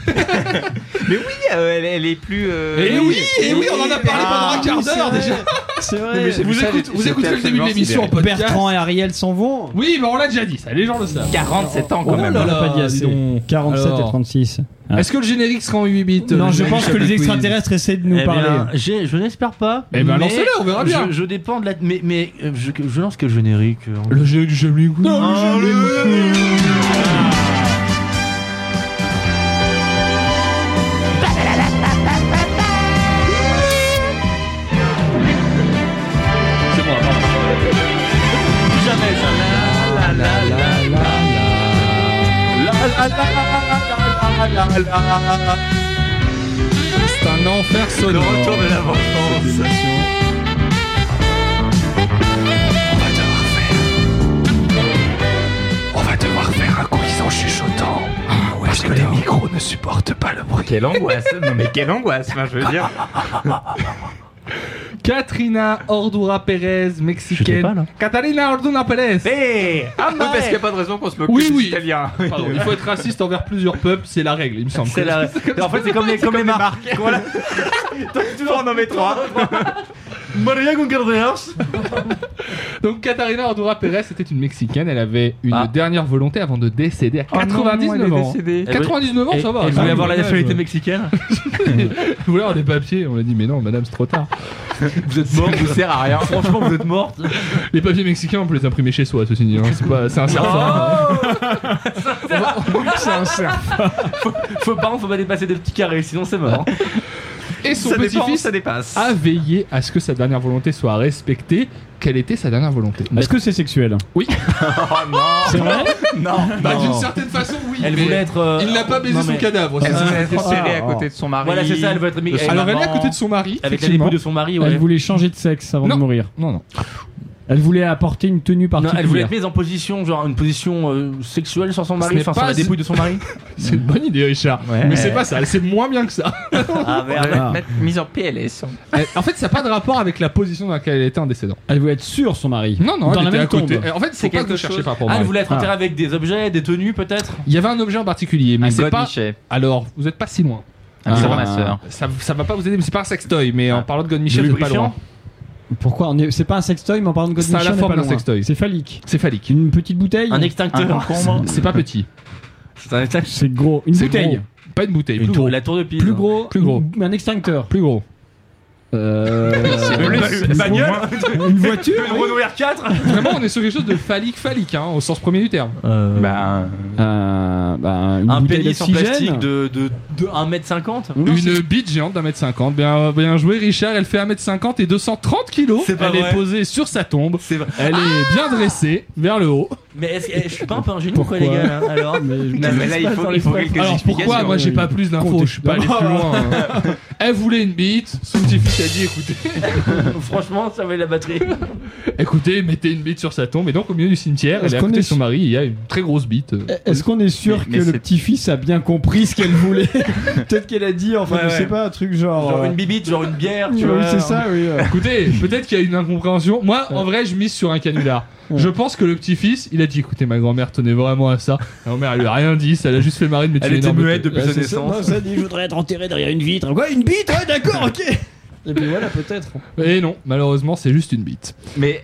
Mais oui, elle est plus. Et oui, on en a parlé pendant un quart d'heure déjà. C'est vrai. Vous écoutez le début de l'émission en podcast. Bertrand et Ariel s'en vont. Oui, mais on l'a déjà dit, ça, les gens le savent. 47 ans quand même. On l'a pas dit assez. 47 et 36. Est-ce que le générique sera en 8 bits? Non, je pense que les extraterrestres essaient de nous parler. Je n'espère pas. Eh ben, lancez-le, on verra bien. Je dépends de la. Mais je lance quel générique? Le générique du Chablis. Non, le générique. C'est un enfer sonore. Le retour de la vengeance. On va devoir faire un quiz en chuchotant. Parce que les micros ne supportent pas le bruit. Quelle angoisse. Non mais quelle angoisse, je veux dire. Katrina Ordura Pérez, mexicaine. Pas, Katarina Ordura Pérez. Parce qu'il n'y a pas de raison qu'on se moque des Italiens. Pardon, il faut être raciste envers plusieurs peuples, c'est la règle, il me semble. En fait, c'est comme les marques. Voilà. Toujours en nommer 3. Maria Goncarderas. Donc Catarina Ordura Pérez était une Mexicaine. Elle avait une dernière volonté avant de décéder à 99 ans. 99 ans, ça va. Elle voulait avoir la nationalité mexicaine. Elle voulait avoir des papiers. On l'a dit, mais non, madame, c'est trop tard. Vous êtes morte, vous sert à rien. Franchement, vous êtes morte. Les papiers mexicains, on peut les imprimer chez soi, ceci dit. C'est un serpent. C'est un cerf. Faut pas dépasser des petits carrés, sinon c'est mort. Et son petit-fils a veillé à ce que sa dernière volonté soit respectée. Quelle était sa dernière volonté? Est-ce que c'est sexuel? Oui. Oh non. C'est vrai? Non. Bah d'une certaine façon, oui. Elle voulait être. Il n'a pas baisé son cadavre. Elle voulait être serrée à côté de son mari. Voilà, c'est ça. Elle veut être. Alors elle est à côté de son mari. Avec la dépouille de son mari. Ouais. Elle voulait changer de sexe avant de mourir. Non. Elle voulait apporter une tenue particulière. Non, elle voulait être mise en position, genre une position sexuelle sur son mari, enfin sur la dépouille de son mari. C'est une bonne idée, Richard. Ouais. Mais c'est pas ça, c'est moins bien que ça. Ah merde, mise en PLS. En fait, ça n'a pas de rapport avec la position dans laquelle elle était en décédant. Elle voulait être sur son mari. Non, dans elle la était même à côté. tombe. En fait, c'est pas que chercher par rapport au mari. Elle voulait être enterrée avec des objets, des tenues peut-être. Il y avait un objet en particulier, mais c'est pas. Godmichet. Alors, vous êtes pas si loin. Ça va, ma sœur. Ça va pas vous aider, mais c'est pas un sextoy. Mais en parlant de Godmichet, vous êtes pas loin. Pourquoi c'est pas un sextoy, mais en parlant de Godmichet, c'est à la forme d'un sextoy. C'est phallique. C'est phallique. Une petite bouteille. Un extincteur. C'est pas petit. C'est un extincteur. C'est gros. Une bouteille. Gros. Pas une bouteille. Plus gros. La tour de Pise. Plus gros. Plus gros. Un extincteur. Plus gros. Une bagnole. Une voiture. Une Renault R4. Vraiment, on est sur quelque chose de phallique, hein, au sens premier du terme. Une Un bouteille pénis en d'oxygène. plastique de 1m50. Une bite géante d'1m50. Bien joué, Richard. Elle fait 1m50 et 230 kilos. C'est pas Elle vrai. est posée sur sa tombe. C'est vrai. Elle est bien dressée vers le haut. Mais est-ce que je suis pas un peu un génie ou quoi, les gars là, alors Non, mais là, il faut quelques Alors explications. pourquoi moi j'ai pas plus d'infos? Je suis pas allé plus loin. Elle voulait une bite. Son petit-fils a dit écoutez, Franchement, ça va la batterie. écoutez, mettez une bite sur sa tombe. Et donc au milieu du cimetière, elle est à côté de son mari. Il y a une très grosse bite. Est-ce qu'on est sûr Mais que le c'est- petit-fils a bien compris ce qu'elle voulait? Peut-être qu'elle a dit, enfin, je sais pas, un truc genre. Genre une bibite, genre une bière, tu oui, vois. c'est ça, oui. Écoutez, peut-être qu'il y a une incompréhension. Moi, en vrai, je mise sur un canular. Je pense que le petit-fils, il a dit écoutez, ma grand-mère tenait vraiment à ça. La grand-mère, elle lui a rien dit, ça l'a juste fait marrer de mettre Elle une était énorme muette tête. depuis sa C'est ça, naissance. non, ça dit, je voudrais être enterré derrière une vitre. Quoi, une bite? Ouais, d'accord, ok. Et puis voilà, peut-être. Et non, malheureusement, c'est juste une bite. Mais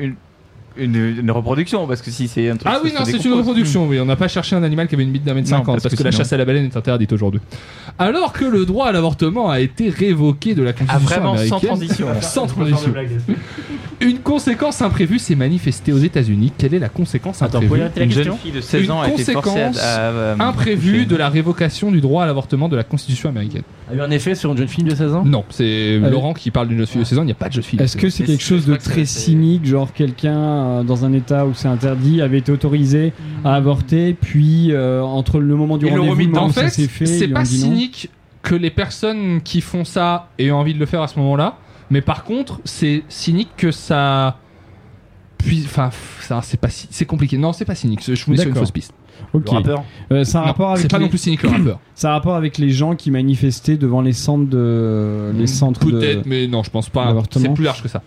une reproduction, parce que si c'est un truc. Ah ça oui, se non, c'est une décompose. reproduction, oui. On n'a pas cherché un animal qui avait une bite d'1m50 Non, parce parce que que la sinon- chasse à la baleine est interdite aujourd'hui. Alors que le droit à l'avortement a été révoqué de la Ah, Constitution vraiment, sans américaine. transition. Sans transition. Une conséquence imprévue s'est manifestée aux États-Unis. Quelle est la conséquence Attends, imprévue? pouvez répéter la Une jeune question fille de 16 ans a Une été forcée conséquence à imprévue coucher. de la révocation du droit à l'avortement de la Constitution américaine. A eu un effet sur une jeune fille de 16 ans? Non, c'est Laurent qui parle d'une jeune fille de 16 ans. Il n'y a pas de jeune fille. de Est-ce 16 que ans. c'est Mais quelque c'est- chose je de crois que très c'est- cynique, genre quelqu'un dans un état où c'est interdit avait été autorisé à avorter, puis entre le moment du Ils l'ont rendez-vous, remis le moment en où ça fait, s'est fait, c'est ils pas ont dit non. cynique que les personnes qui font ça aient envie de le faire à ce moment-là, mais par contre, c'est cynique que ça. Puis, enfin, ça, c'est pas c'est compliqué. Non, c'est pas cynique. Je vous mets sur une D'accord. fausse piste. Ok. Le rappeur. Ça a un Non, rapport avec c'est pas les- non plus cynique le rappeur. Ça a un rapport avec les gens qui manifestaient devant les centres de Peut-être, mais non, je pense pas. d'avortement. C'est plus large que ça.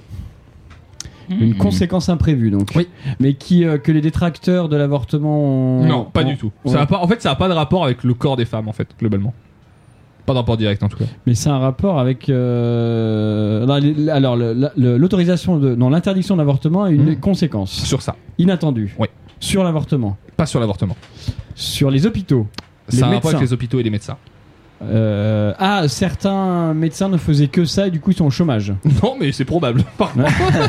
Une conséquence imprévue donc. Oui. Mais que les détracteurs de l'avortement ont- Non, pas ont- du tout. ont- Ça a pas, en fait, ça a pas de rapport avec le corps des femmes, en fait, globalement. Pas de rapport direct, en tout cas. Mais c'est un rapport avec alors l'autorisation de non l'interdiction de l'avortement a une conséquence Sur ça. inattendue. Oui. Sur l'avortement. Pas sur l'avortement. Sur les hôpitaux. Les Ça a un rapport médecins. avec les hôpitaux et les médecins. Certains médecins ne faisaient que ça et du coup ils sont au chômage. Non, mais c'est probable. Par contre.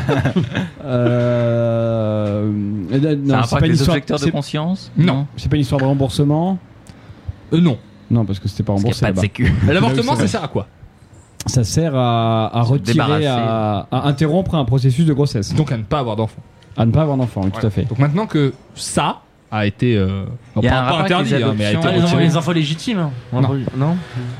Ça a un rapport avec les objecteurs de conscience? Non. C'est pas une histoire de remboursement. Non. Non, parce que c'était pas Parce qu'il remboursé n'y a pas de là-bas. sécu. L'avortement, c'est vrai. ça sert à quoi? Ça sert à retirer, débarrasser. à interrompre un processus de grossesse. Donc à ne pas avoir d'enfant. À ne pas avoir d'enfant, oui, tout à fait. Donc maintenant que ça a été Il y a un pas rapport avec interdit, les hein, mais a été adoptions. retiré. Les enfants légitimes. Hein. Non.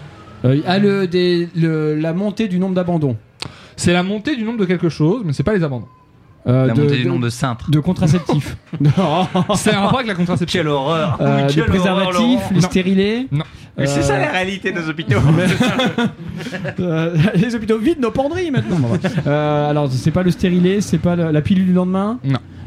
Non. La montée du nombre d'abandons. C'est la montée du nombre de quelque chose, mais c'est pas les abandons. La montée du nombre de cintres. De contraceptifs. C'est un rapport avec la contraception. Quelle horreur. De Quelle horreur, préservatifs, Laurent. les stérilés. Non. Mais c'est ça la réalité de nos hôpitaux. Les hôpitaux vides, nos penderies maintenant. Alors, c'est pas le stérilet, c'est pas la pilule du lendemain. Non.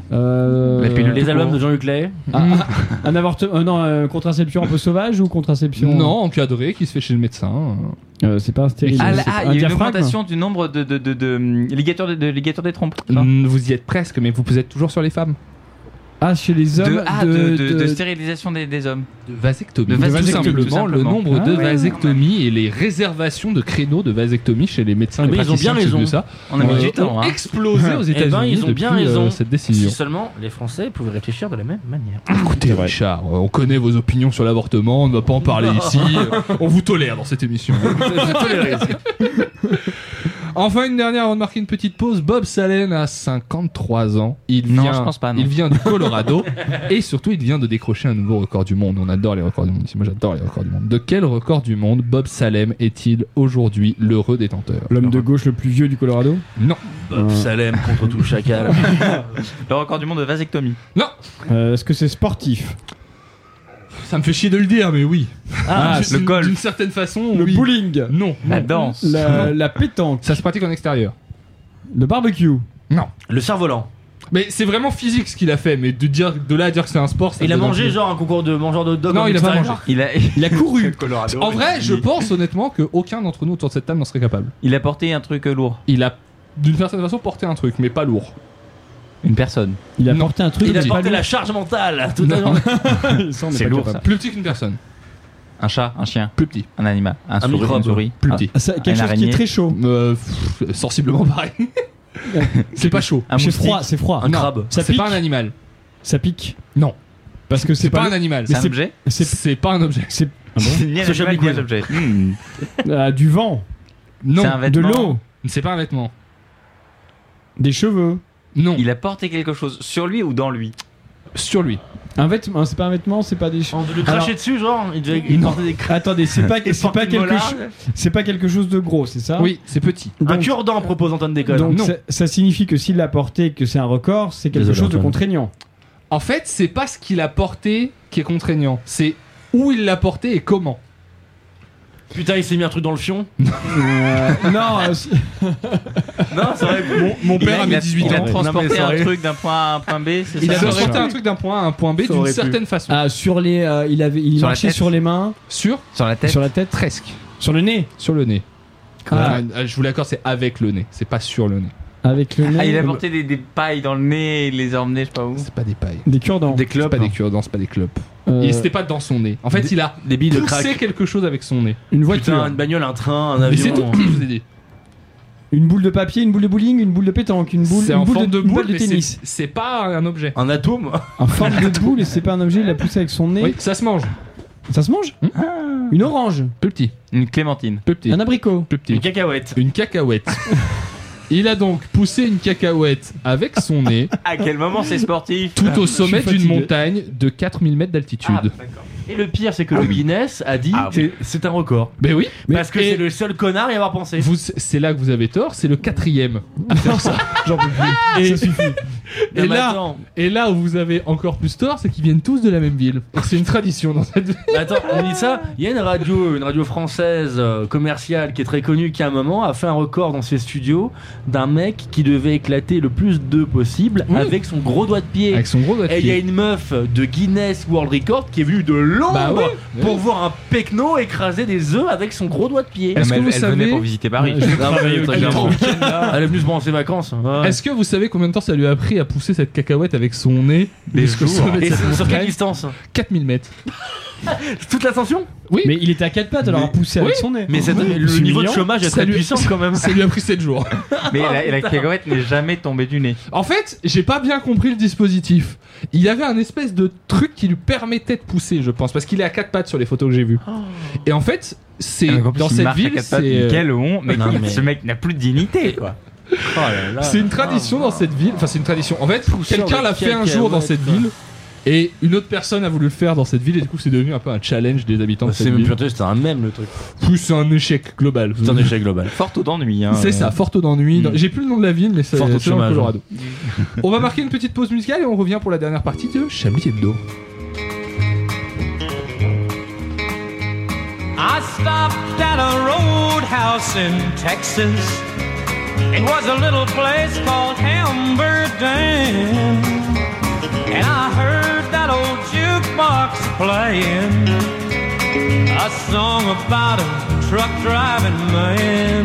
Les albums de Jean-Luc Lahaye. Un avortement, non, contraception un peu sauvage ou contraception Non, encadré, qui se fait chez le médecin. C'est pas un stérile. il y a une diaphragme augmentation du nombre de ligatures des trompes. Vous y êtes presque, mais vous êtes toujours sur les femmes. Ah, chez les hommes de stérilisation des hommes. De vasectomie. De vasectomie, Tout simplement, le nombre de ouais. vasectomies et les réservations de créneaux de vasectomie chez les médecins. Mais ils ont bien raison. Ça, on a mis du temps. Ont explosé aux États-Unis. Ils ont bien depuis, raison. Cette décision. Si seulement les Français pouvaient réfléchir de la même manière. Écoutez, Richard, on connaît vos opinions sur l'avortement, on ne va pas en parler ici. On vous tolère dans cette émission. Vous tolérez ici. Enfin, une dernière avant de marquer une petite pause. Bob Salen a 53 ans. Je pense pas. Non. Il vient du Colorado et surtout, il vient de décrocher un nouveau record du monde. On adore les records du monde ici. Moi, j'adore les records du monde. De quel record du monde Bob Salem est-il aujourd'hui l'heureux détenteur? L'homme de gauche le plus vieux du Colorado? Non. Bob Salem contre tout le chacal. Le record du monde de vasectomie? Non. Est-ce que c'est sportif? Ça me fait chier de le dire, mais oui. Le golf. D'une certaine façon, Le oui. bowling? Non. La danse? La pétanque? Ça se pratique en extérieur. Le barbecue? Non. Le cerf-volant. Mais c'est vraiment physique ce qu'il a fait, mais de là à dire que c'est un sport, ça Il a me donne mangé envie. genre un concours de mangeur de dog. Non, il a pas mangé. Il a couru. En vrai, je pense honnêtement qu'aucun d'entre nous autour de cette table n'en serait capable. Il a porté un truc lourd. Il a, d'une certaine façon, porté un truc, mais pas lourd. Une personne. Il a porté un truc. Il a mais porté pas la lourd. charge mentale toute la journée. C'est lourd ça. Plus petit qu'une personne. Un chat, un chien, Plus petit. un animal, un souris, microbe. une souris. Plus petit. Quelque chose qui araignée. est très chaud. Sensiblement pareil. C'est pas chaud. Un C'est moustique. froid, c'est froid. Un Non, crabe. Ça c'est pique. pas un animal. Ça pique. Non. Parce que C'est pas un animal. C'est un objet. C'est pas un objet. C'est Ni un C'est animal, ni un Chablis objet. du vent, Non. C'est un de vêtement. l'eau, C'est pas un vêtement. des cheveux. Non. Il a porté quelque chose sur lui ou dans lui? Sur lui. Un vêtement, c'est pas un vêtement, c'est pas des On cheveux. devait lui cracher dessus, genre. Il devait Non. porter des Attendez, c'est pas quelque molar. chose. C'est pas quelque chose de gros, c'est ça? Oui, c'est petit. Un Donc, cure-dent, propose Antoine Décolle. donc Non. ça signifie que s'il l'a porté, que c'est un record, c'est quelque Désolé, chose de Antoine. contraignant. En fait, c'est pas ce qu'il a porté qui est contraignant. C'est où il l'a porté et comment. Putain, il s'est mis un truc dans le fion. Non, Non, c'est vrai. Mon père avait 18 Il a ans. transporté Non, mais ça un aurait- truc d'un point A à un point B, c'est Il a ça? transporté un truc d'un point A à un point B d'une aurait pu. certaine façon. sur les, il Sur la marchait tête. sur les mains, Sur Sur la tête? sur la tête, presque. sur le nez, Sur le nez. Ah. Je vous l'accorde, c'est avec le nez. C'est pas sur le nez. avec le nez. Ah, il a porté des pailles dans le nez et il les a emmenés, je sais pas où. C'est pas des pailles. des cure-dents. Des C'est clopes. pas des cure-dents, c'est pas des clopes. Et c'était pas dans son nez. En fait, il a Des billes de poussé crack. quelque chose avec son nez. Une voiture, Putain, une bagnole, un train, un Mais c'est tout. avion. Je vous ai dit. une boule de papier, une boule de bowling, une boule de pétanque, une boule, C'est une en boule forme de une balle boule, de mais tennis. c'est pas un objet. Un atome. En forme de boule et c'est pas un objet, il l'a poussé avec son nez. Oui, ça se mange. Ça se mange? Hmm. Une orange, Plus petit. Une clémentine. Plus petit. un abricot. Plus petit. Une cacahuète. Une cacahuète. Il a donc poussé une cacahuète avec son nez À quel moment c'est sportif? tout au sommet suis d'une fatigué. montagne de 4000 mètres d'altitude. Ah, d'accord. Et le pire, c'est que le Guinness a dit Ah que c'est un record. Ben oui. Parce que Et c'est le seul connard à y avoir pensé. c'est là que vous avez tort, c'est le 4e à faire ça. J'en peux plus. Et, Ça suffit. et Non, mais là, attends. et là où vous avez encore plus tort, c'est qu'ils viennent tous de la même ville. C'est une tradition dans cette ville. Attends, on dit ça. Il y a une radio française commerciale qui est très connue qui à un moment a fait un record dans ses studios d'un mec qui devait éclater le plus d'œufs possible Oui. avec son gros doigt de pied. Avec son gros doigt de Et il y a pied. une meuf de Guinness World Record qui est venue de Londres Bah ouais, pour voir un pecno écraser des œufs avec son gros doigt de pied. Est-ce que elle, vous elle venait savez- pour visiter Paris. Non, mais très Elle est en clairement. week-end, là. Elle est venue se prendre ses vacances. Ouais. Est-ce que vous savez combien de temps ça lui a pris à pousser cette cacahuète avec son nez Des jusqu'au jours. sommet de Et cette sur quelle montagne? distance 4000 mètres. Toute l'ascension. Oui. Mais il était à quatre pattes, alors Mais- à pousser avec oui. son nez. Mais Oui. le C'est niveau de mignon. chômage est Ça très lui- puissant quand même. Ça lui a pris 7 jours. Mais la cacahuète n'est jamais tombée du nez. En fait, j'ai pas bien compris le dispositif. Il y avait un espèce de truc qui lui permettait de pousser, je pense, parce qu'il est à 4 pattes sur les photos que j'ai vues. Et en fait, c'est En plus, dans il cette marche à ville, quatre pattes, c'est quelle honte. Mais Non, mais- ce mec n'a plus de dignité, quoi. Oh là là. c'est une tradition dans cette ville. Enfin, c'est une tradition. En fait, quelqu'un l'a fait un jour dans cette cacahuète, ville. Et une autre personne a voulu le faire dans cette ville et du coup c'est devenu un peu un challenge des habitants de C'est cette même ville. plus c'était un mème le truc. Plus c'est un échec global. C'est un échec global. Fort au d'ennui. Hein, C'est ça, Fort d'ennui. Mm. J'ai plus le nom de la ville, mais c'est Fort au c'est dans le chômage, Colorado. On va marquer une petite pause musicale et on revient pour la dernière partie de Chablis Hebdo. I stopped at a roadhouse in Texas. It was a little place called Hamburg Dam. and I heard that old jukebox playing a song about a truck driving man.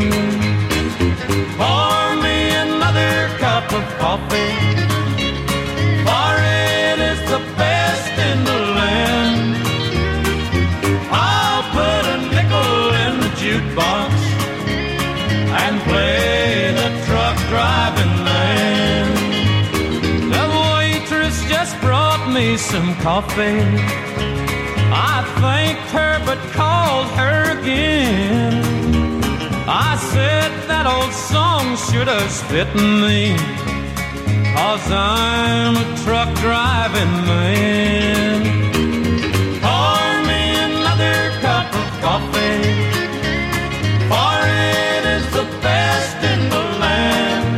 Pour me another cup of coffee, for it is the best in the land. I'll put a nickel in the jukebox and play the truck driving man. The waitress just brought me some coffee. I thanked her but called her again. I said that old song should have fit me, 'cause I'm a truck driving man. Pour me another cup of coffee, for it is the best in the land.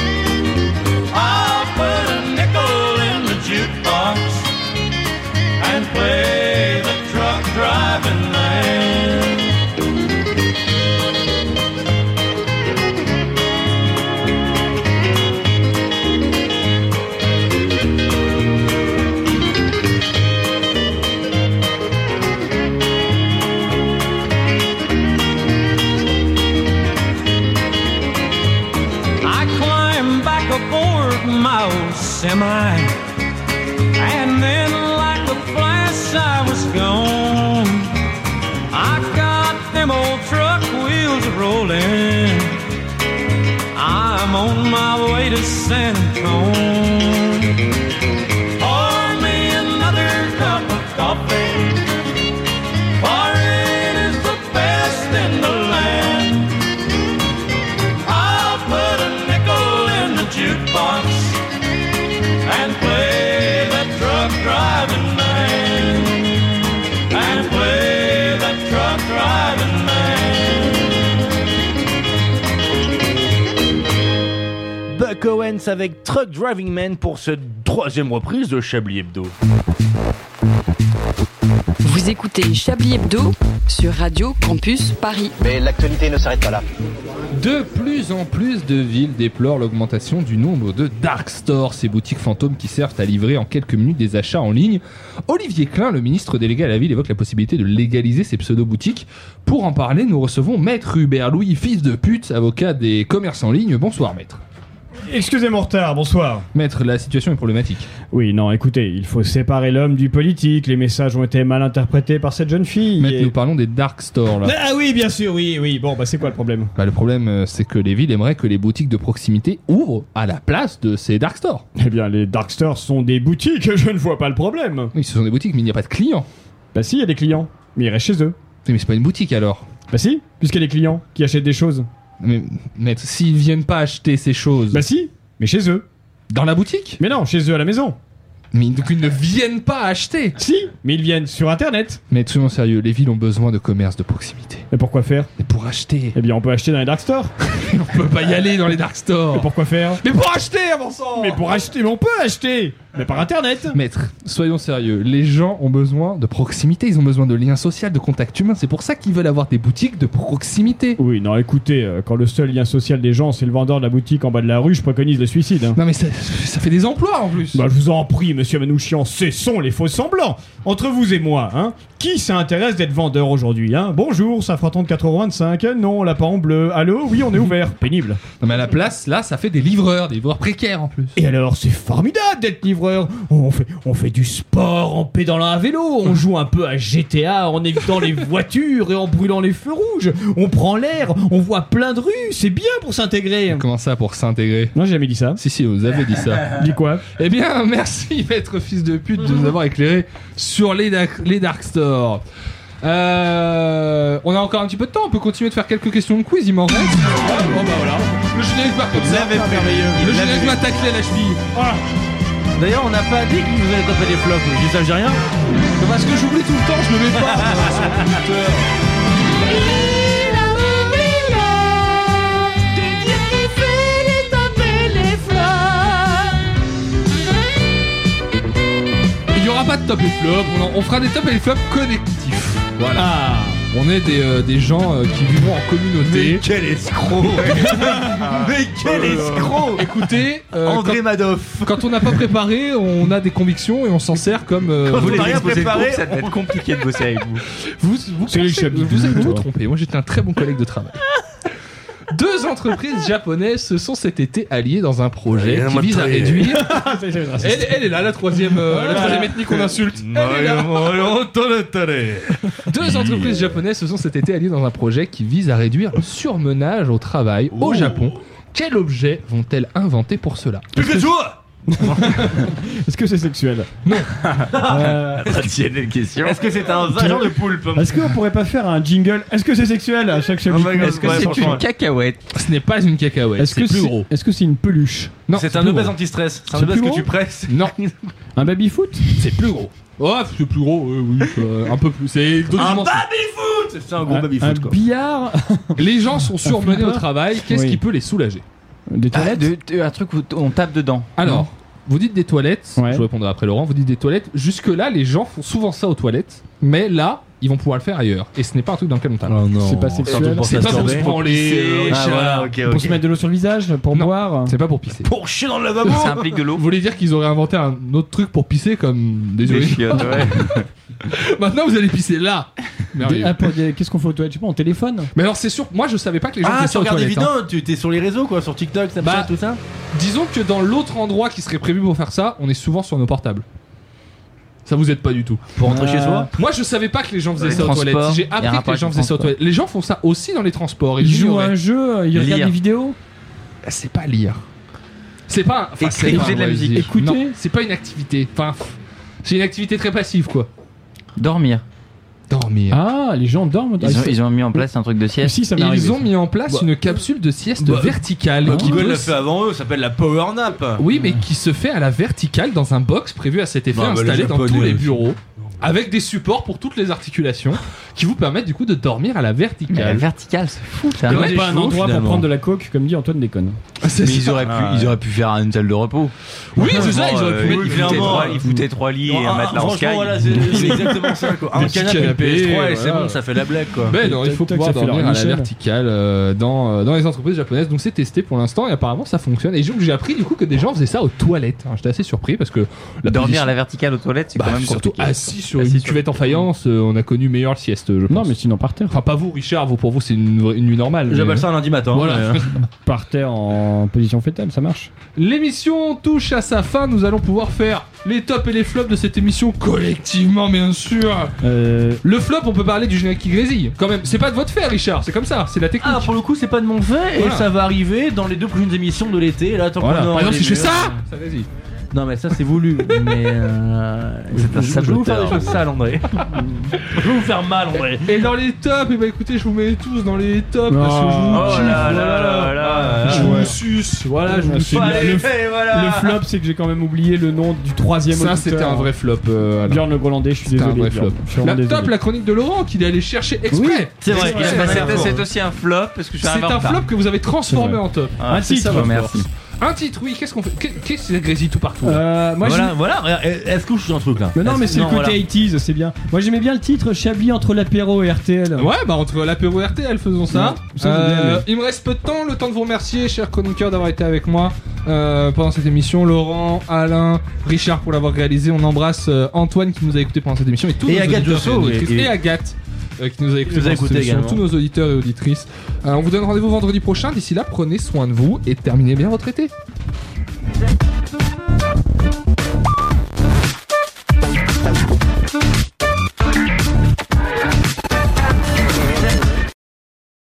I'll put a nickel in the jukebox and play the truck driving man. I climbed back aboard my old semi, and then like a flash I was gone. I got them old truck wheels rolling, I'm on my way to San Antonio. Pour me another cup of coffee, for it is the best in the land. I'll put a nickel in the jukebox and play the truck driving man, and play the truck driving man. Buck Owens avec Truck Driving Man pour cette 3e reprise de Chablis Hebdo. Vous écoutez Chablis Hebdo sur Radio Campus Paris. Mais l'actualité ne s'arrête pas là. De plus en plus de villes déplorent l'augmentation du nombre de dark stores, ces boutiques fantômes qui servent à livrer en quelques minutes des achats en ligne. Olivier Klein, le ministre délégué à la ville, évoque la possibilité de légaliser ces pseudo-boutiques. Pour en parler, nous recevons Maître Hubert Louis, fils de pute, avocat des commerces en ligne. Bonsoir Maître. Excusez mon retard, bonsoir. Maître, la situation est problématique. Oui, non, écoutez, il faut séparer l'homme du politique. Les messages ont été mal interprétés par cette jeune fille. Maître, nous parlons des dark stores là. Ah oui, bien sûr, oui. Bon, bah c'est quoi le problème ? Bah, le problème, c'est que les villes aimeraient que les boutiques de proximité ouvrent à la place de ces dark stores. Eh bien, les dark stores sont des boutiques, je ne vois pas le problème. Oui, ce sont des boutiques, mais il n'y a pas de clients. Bah si, il y a des clients, mais ils restent chez eux. Oui, mais c'est pas une boutique alors. Bah si, puisqu'il y a des clients qui achètent des choses. Mais Maître, s'ils viennent pas acheter ces choses... Bah si, mais chez eux. Dans la boutique ? Mais non, chez eux à la maison. Mais donc ils ne viennent pas acheter. Si, mais ils viennent sur internet. Mais soyons sérieux, les villes ont besoin de commerce de proximité. Mais pourquoi faire ? Mais pour acheter. Eh bien, on peut acheter dans les dark stores. On peut pas y aller dans les dark stores. Mais pourquoi faire ? Mais pour acheter, avant ça. Mais pour acheter, mais on peut acheter. Mais par internet. Maître, soyons sérieux, les gens ont besoin de proximité, ils ont besoin de lien social, de contact humain, c'est pour ça qu'ils veulent avoir des boutiques de proximité. Oui, non, écoutez, quand le seul lien social des gens c'est le vendeur de la boutique en bas de la rue, je préconise le suicide. Hein. Non mais ça fait des emplois en plus. Bah je vous en prie, monsieur Manouchian, cessons les faux semblants. Entre vous et moi, hein, qui s'intéresse d'être vendeur aujourd'hui, hein ? Bonjour, ça fera 34,25€, non, lapin en bleu, allô, oui, on est ouvert, pénible. Non mais à la place, là, ça fait des livreurs précaires en plus. Et alors, c'est formidable d'être livreur. On fait du sport en pédalant à vélo, on joue un peu à GTA en évitant les voitures et en brûlant les feux rouges, on prend l'air, on voit plein de rues, c'est bien pour s'intégrer. Comment ça, pour s'intégrer ? Non, j'ai jamais dit ça. Si, vous avez dit ça. Dis quoi ? Eh bien, merci, maître fils de pute, de nous avoir éclairé sur les dark stores. On a encore un petit peu de temps, on peut continuer de faire quelques questions de quiz, il m'en reste. Bon bah voilà, le générique part comme ça. Le générique m'a taclé à la cheville. Voilà. D'ailleurs, on n'a pas dit que vous allez taper les flops, je dis ça, j'ai rien. Parce que j'oublie tout le temps, je me mets pas sur Twitter. Il n'y aura pas de top et flop, on fera des top et des flops connectifs. Voilà. On est des gens qui vivent en communauté. Mais quel escroc. Mais quel escroc. Écoutez, André Madoff. quand on n'a pas préparé, on a des convictions et on s'en sert comme. Vous les rien exposés de préparé, groupe, ça devait être compliqué de bosser avec vous. Vous êtes vous trompé. Moi, j'étais un très bon collègue de travail. 2 entreprises japonaises se sont cet été alliées dans un projet qui vise à réduire. Elle est là, la troisième ethnie qu'on insulte. Elle est là. 2 entreprises japonaises se sont cet été alliées dans un projet qui vise à réduire le surmenage au travail au Japon. Quel objet vont-elles inventer pour cela? Est-ce que c'est sexuel? Non. Question. Est-ce que c'est un vagin de poulpe? Est-ce qu'on pourrait pas faire un jingle? Est-ce que c'est sexuel à chaque chapitre? Est-ce que c'est une cacahuète? Ce n'est pas une cacahuète. Est-ce que c'est plus gros? Est-ce que c'est une peluche? Non. C'est un obèse anti-stress. C'est un obèse que tu presses. Non. Un baby-foot? C'est plus gros. Oh, c'est plus gros. Oui, un peu plus. C'est d'autres Un dimensions. baby-foot. C'est un gros Un baby-foot quoi. billard? Les gens sont surmenés au flipper. travail. Qu'est-ce Oui. qui peut les soulager? Des toilettes? Un truc où on tape dedans. Alors, vous dites des toilettes. Ouais. Je vous répondrai après Laurent. Vous dites des toilettes. Jusque-là, les gens font souvent ça aux toilettes. Mais là, ils vont pouvoir le faire ailleurs. Et ce n'est pas un truc dans lequel on tape. C'est pas sexuel? pour C'est pas pour se s'assurber. branler. Ah, voilà, ok, Pour se ok. mettre de l'eau sur le visage? Pour Non. boire? C'est pas pour pisser. Pour chier dans le lavabo. Ça implique de l'eau. Vous voulez dire qu'ils auraient inventé un autre truc pour pisser comme des Des urines? chiottes, ouais. Maintenant, vous allez pisser là. Merveilleux. Qu'est-ce qu'on fait aux toilettes? Je sais pas, en téléphone? Mais alors, c'est sûr. Moi, je savais pas que les gens Ah, faisaient tu ça aux regardes des toilettes. hein. vidéos, tu t'es sur les réseaux quoi, sur TikTok, Snapchat, Bah, tout ça. Disons que dans l'autre endroit qui serait prévu pour faire ça, on est souvent sur nos portables. Ça vous aide pas du tout. Pour rentrer chez soi. Moi, je savais pas que les gens faisaient les ça aux toilettes. transports, J'ai y a un appris que rapport les gens avec faisaient les ça aux toilettes. Les gens font ça aussi dans les transports. Ils jouent à j'ignorais. un jeu? Ils regardent Lire. des vidéos? C'est pas lire. C'est pas. Enfin, c'est Écouter pas un de la loisir. musique. Écouter. Non, c'est pas une activité. Enfin, c'est une activité très passive, quoi. Dormir. Dormir. Ah, les gens dorment? Ils ont mis en place un truc de sieste. Si, ça m'est arrivé. Ils ont mis en place une capsule de sieste verticale. qui Google peut l'a fait avant eux, ça s'appelle la power nap. Oui, mais qui se fait à la verticale dans un box prévu à cet effet, Bah, les installé dans tous Japonais les aussi. bureaux, avec des supports pour toutes les articulations, qui vous permettent du coup de dormir à la Mais la verticale. verticale, c'est fou ça. Il n'y Ouais, aurait pas un chaud, endroit pour finalement. prendre de la coke, comme dit Antoine déconne. C'est Mais ça. ils auraient pu faire une salle de repos. Oui, c'est ça, ils auraient pu mettre oui, des clairement. Ils foutaient 3 lits et un matelas en Franchement, sky. voilà, c'est exactement ça quoi. Un petits canapé, une canapés, PS3 et c'est voilà. bon, ça fait la blague quoi. Ben non, il faut Tac, pouvoir ça fait leur dormir à la Michel. verticale dans les entreprises japonaises. Donc c'est testé pour l'instant et apparemment ça fonctionne. Et donc j'ai appris du coup que des gens faisaient ça aux toilettes. Alors, j'étais assez surpris parce que Dormir à la verticale aux toilettes, c'est bah, quand même surtout compliqué. assis sur Assis une sur cuvette en faïence, on a connu meilleure sieste, je pense. Non, mais sinon par terre. Enfin, pas vous, Richard, pour vous, c'est une nuit normale. mais- J'appelle ça un lundi matin. Voilà. mais, Par terre en position fétale, ça marche. L'émission touche à sa fin. Nous allons pouvoir faire les tops et les flops de cette émission collectivement, bien sûr. Le flop, on peut parler du générique qui grésille. Quand même, c'est pas de votre fait, Richard. C'est comme ça, c'est la technique. Ah, pour le coup, c'est pas de mon fait Voilà. et ça va arriver dans les 2 prochaines émissions de l'été. Là, tant Voilà. qu'on Par aura exemple, si je les fais ça, meilleurs- ça grésille. Non, mais ça c'est voulu. Mais je vais vous faire des choses sales, André. Je vais vous faire mal, André. Et dans les tops, et bah écoutez, je vous mets tous dans les tops parce que je vous Oh kiffe, là voilà. là là là. Je vous suce, voilà, je vous c'est suce. bien. Allez, Le voilà. Le flop, c'est que j'ai quand même oublié le nom du troisième Ça, auditeur. c'était un vrai flop. Alain. Björn Le Groenlandais, je suis C'était un désolé. vrai Björn. flop. Je suis vraiment La désolé. top, la chronique de Laurent qu'il est allé chercher exprès. C'est vrai. Exprès. Il a pas C'est aussi un flop parce que je suis C'est arrivé en un retard. flop que vous avez transformé en top. Ah, Un c'est titre, ça, votre merci. force. Un titre, oui, qu'est-ce qu'on fait Qu'est-ce que ça grésille tout partout Moi, Voilà, regarde, est-ce que je suis un truc là? Mais non, mais c'est le côté voilà. 80s, c'est bien. Moi, j'aimais bien le titre Chablis entre l'apéro et RTL. Ouais, bah entre l'apéro RTL, faisons ça. Ouais, ça, c'est bien, mais- Il me reste peu de temps, le temps de vous remercier, chers chroniqueurs, d'avoir été avec moi pendant cette émission. Laurent, Alain, Richard pour l'avoir réalisé. On embrasse Antoine qui nous a écouté pendant cette émission et tous Et nos Agathe auditeurs Dessau, et auditrices. et- Et Agathe. Qui nous a écouté, Nous a pendant cette écouté émission, également. tous nos auditeurs et auditrices. On vous donne rendez-vous vendredi prochain. D'ici là, prenez soin de vous et terminez bien votre été.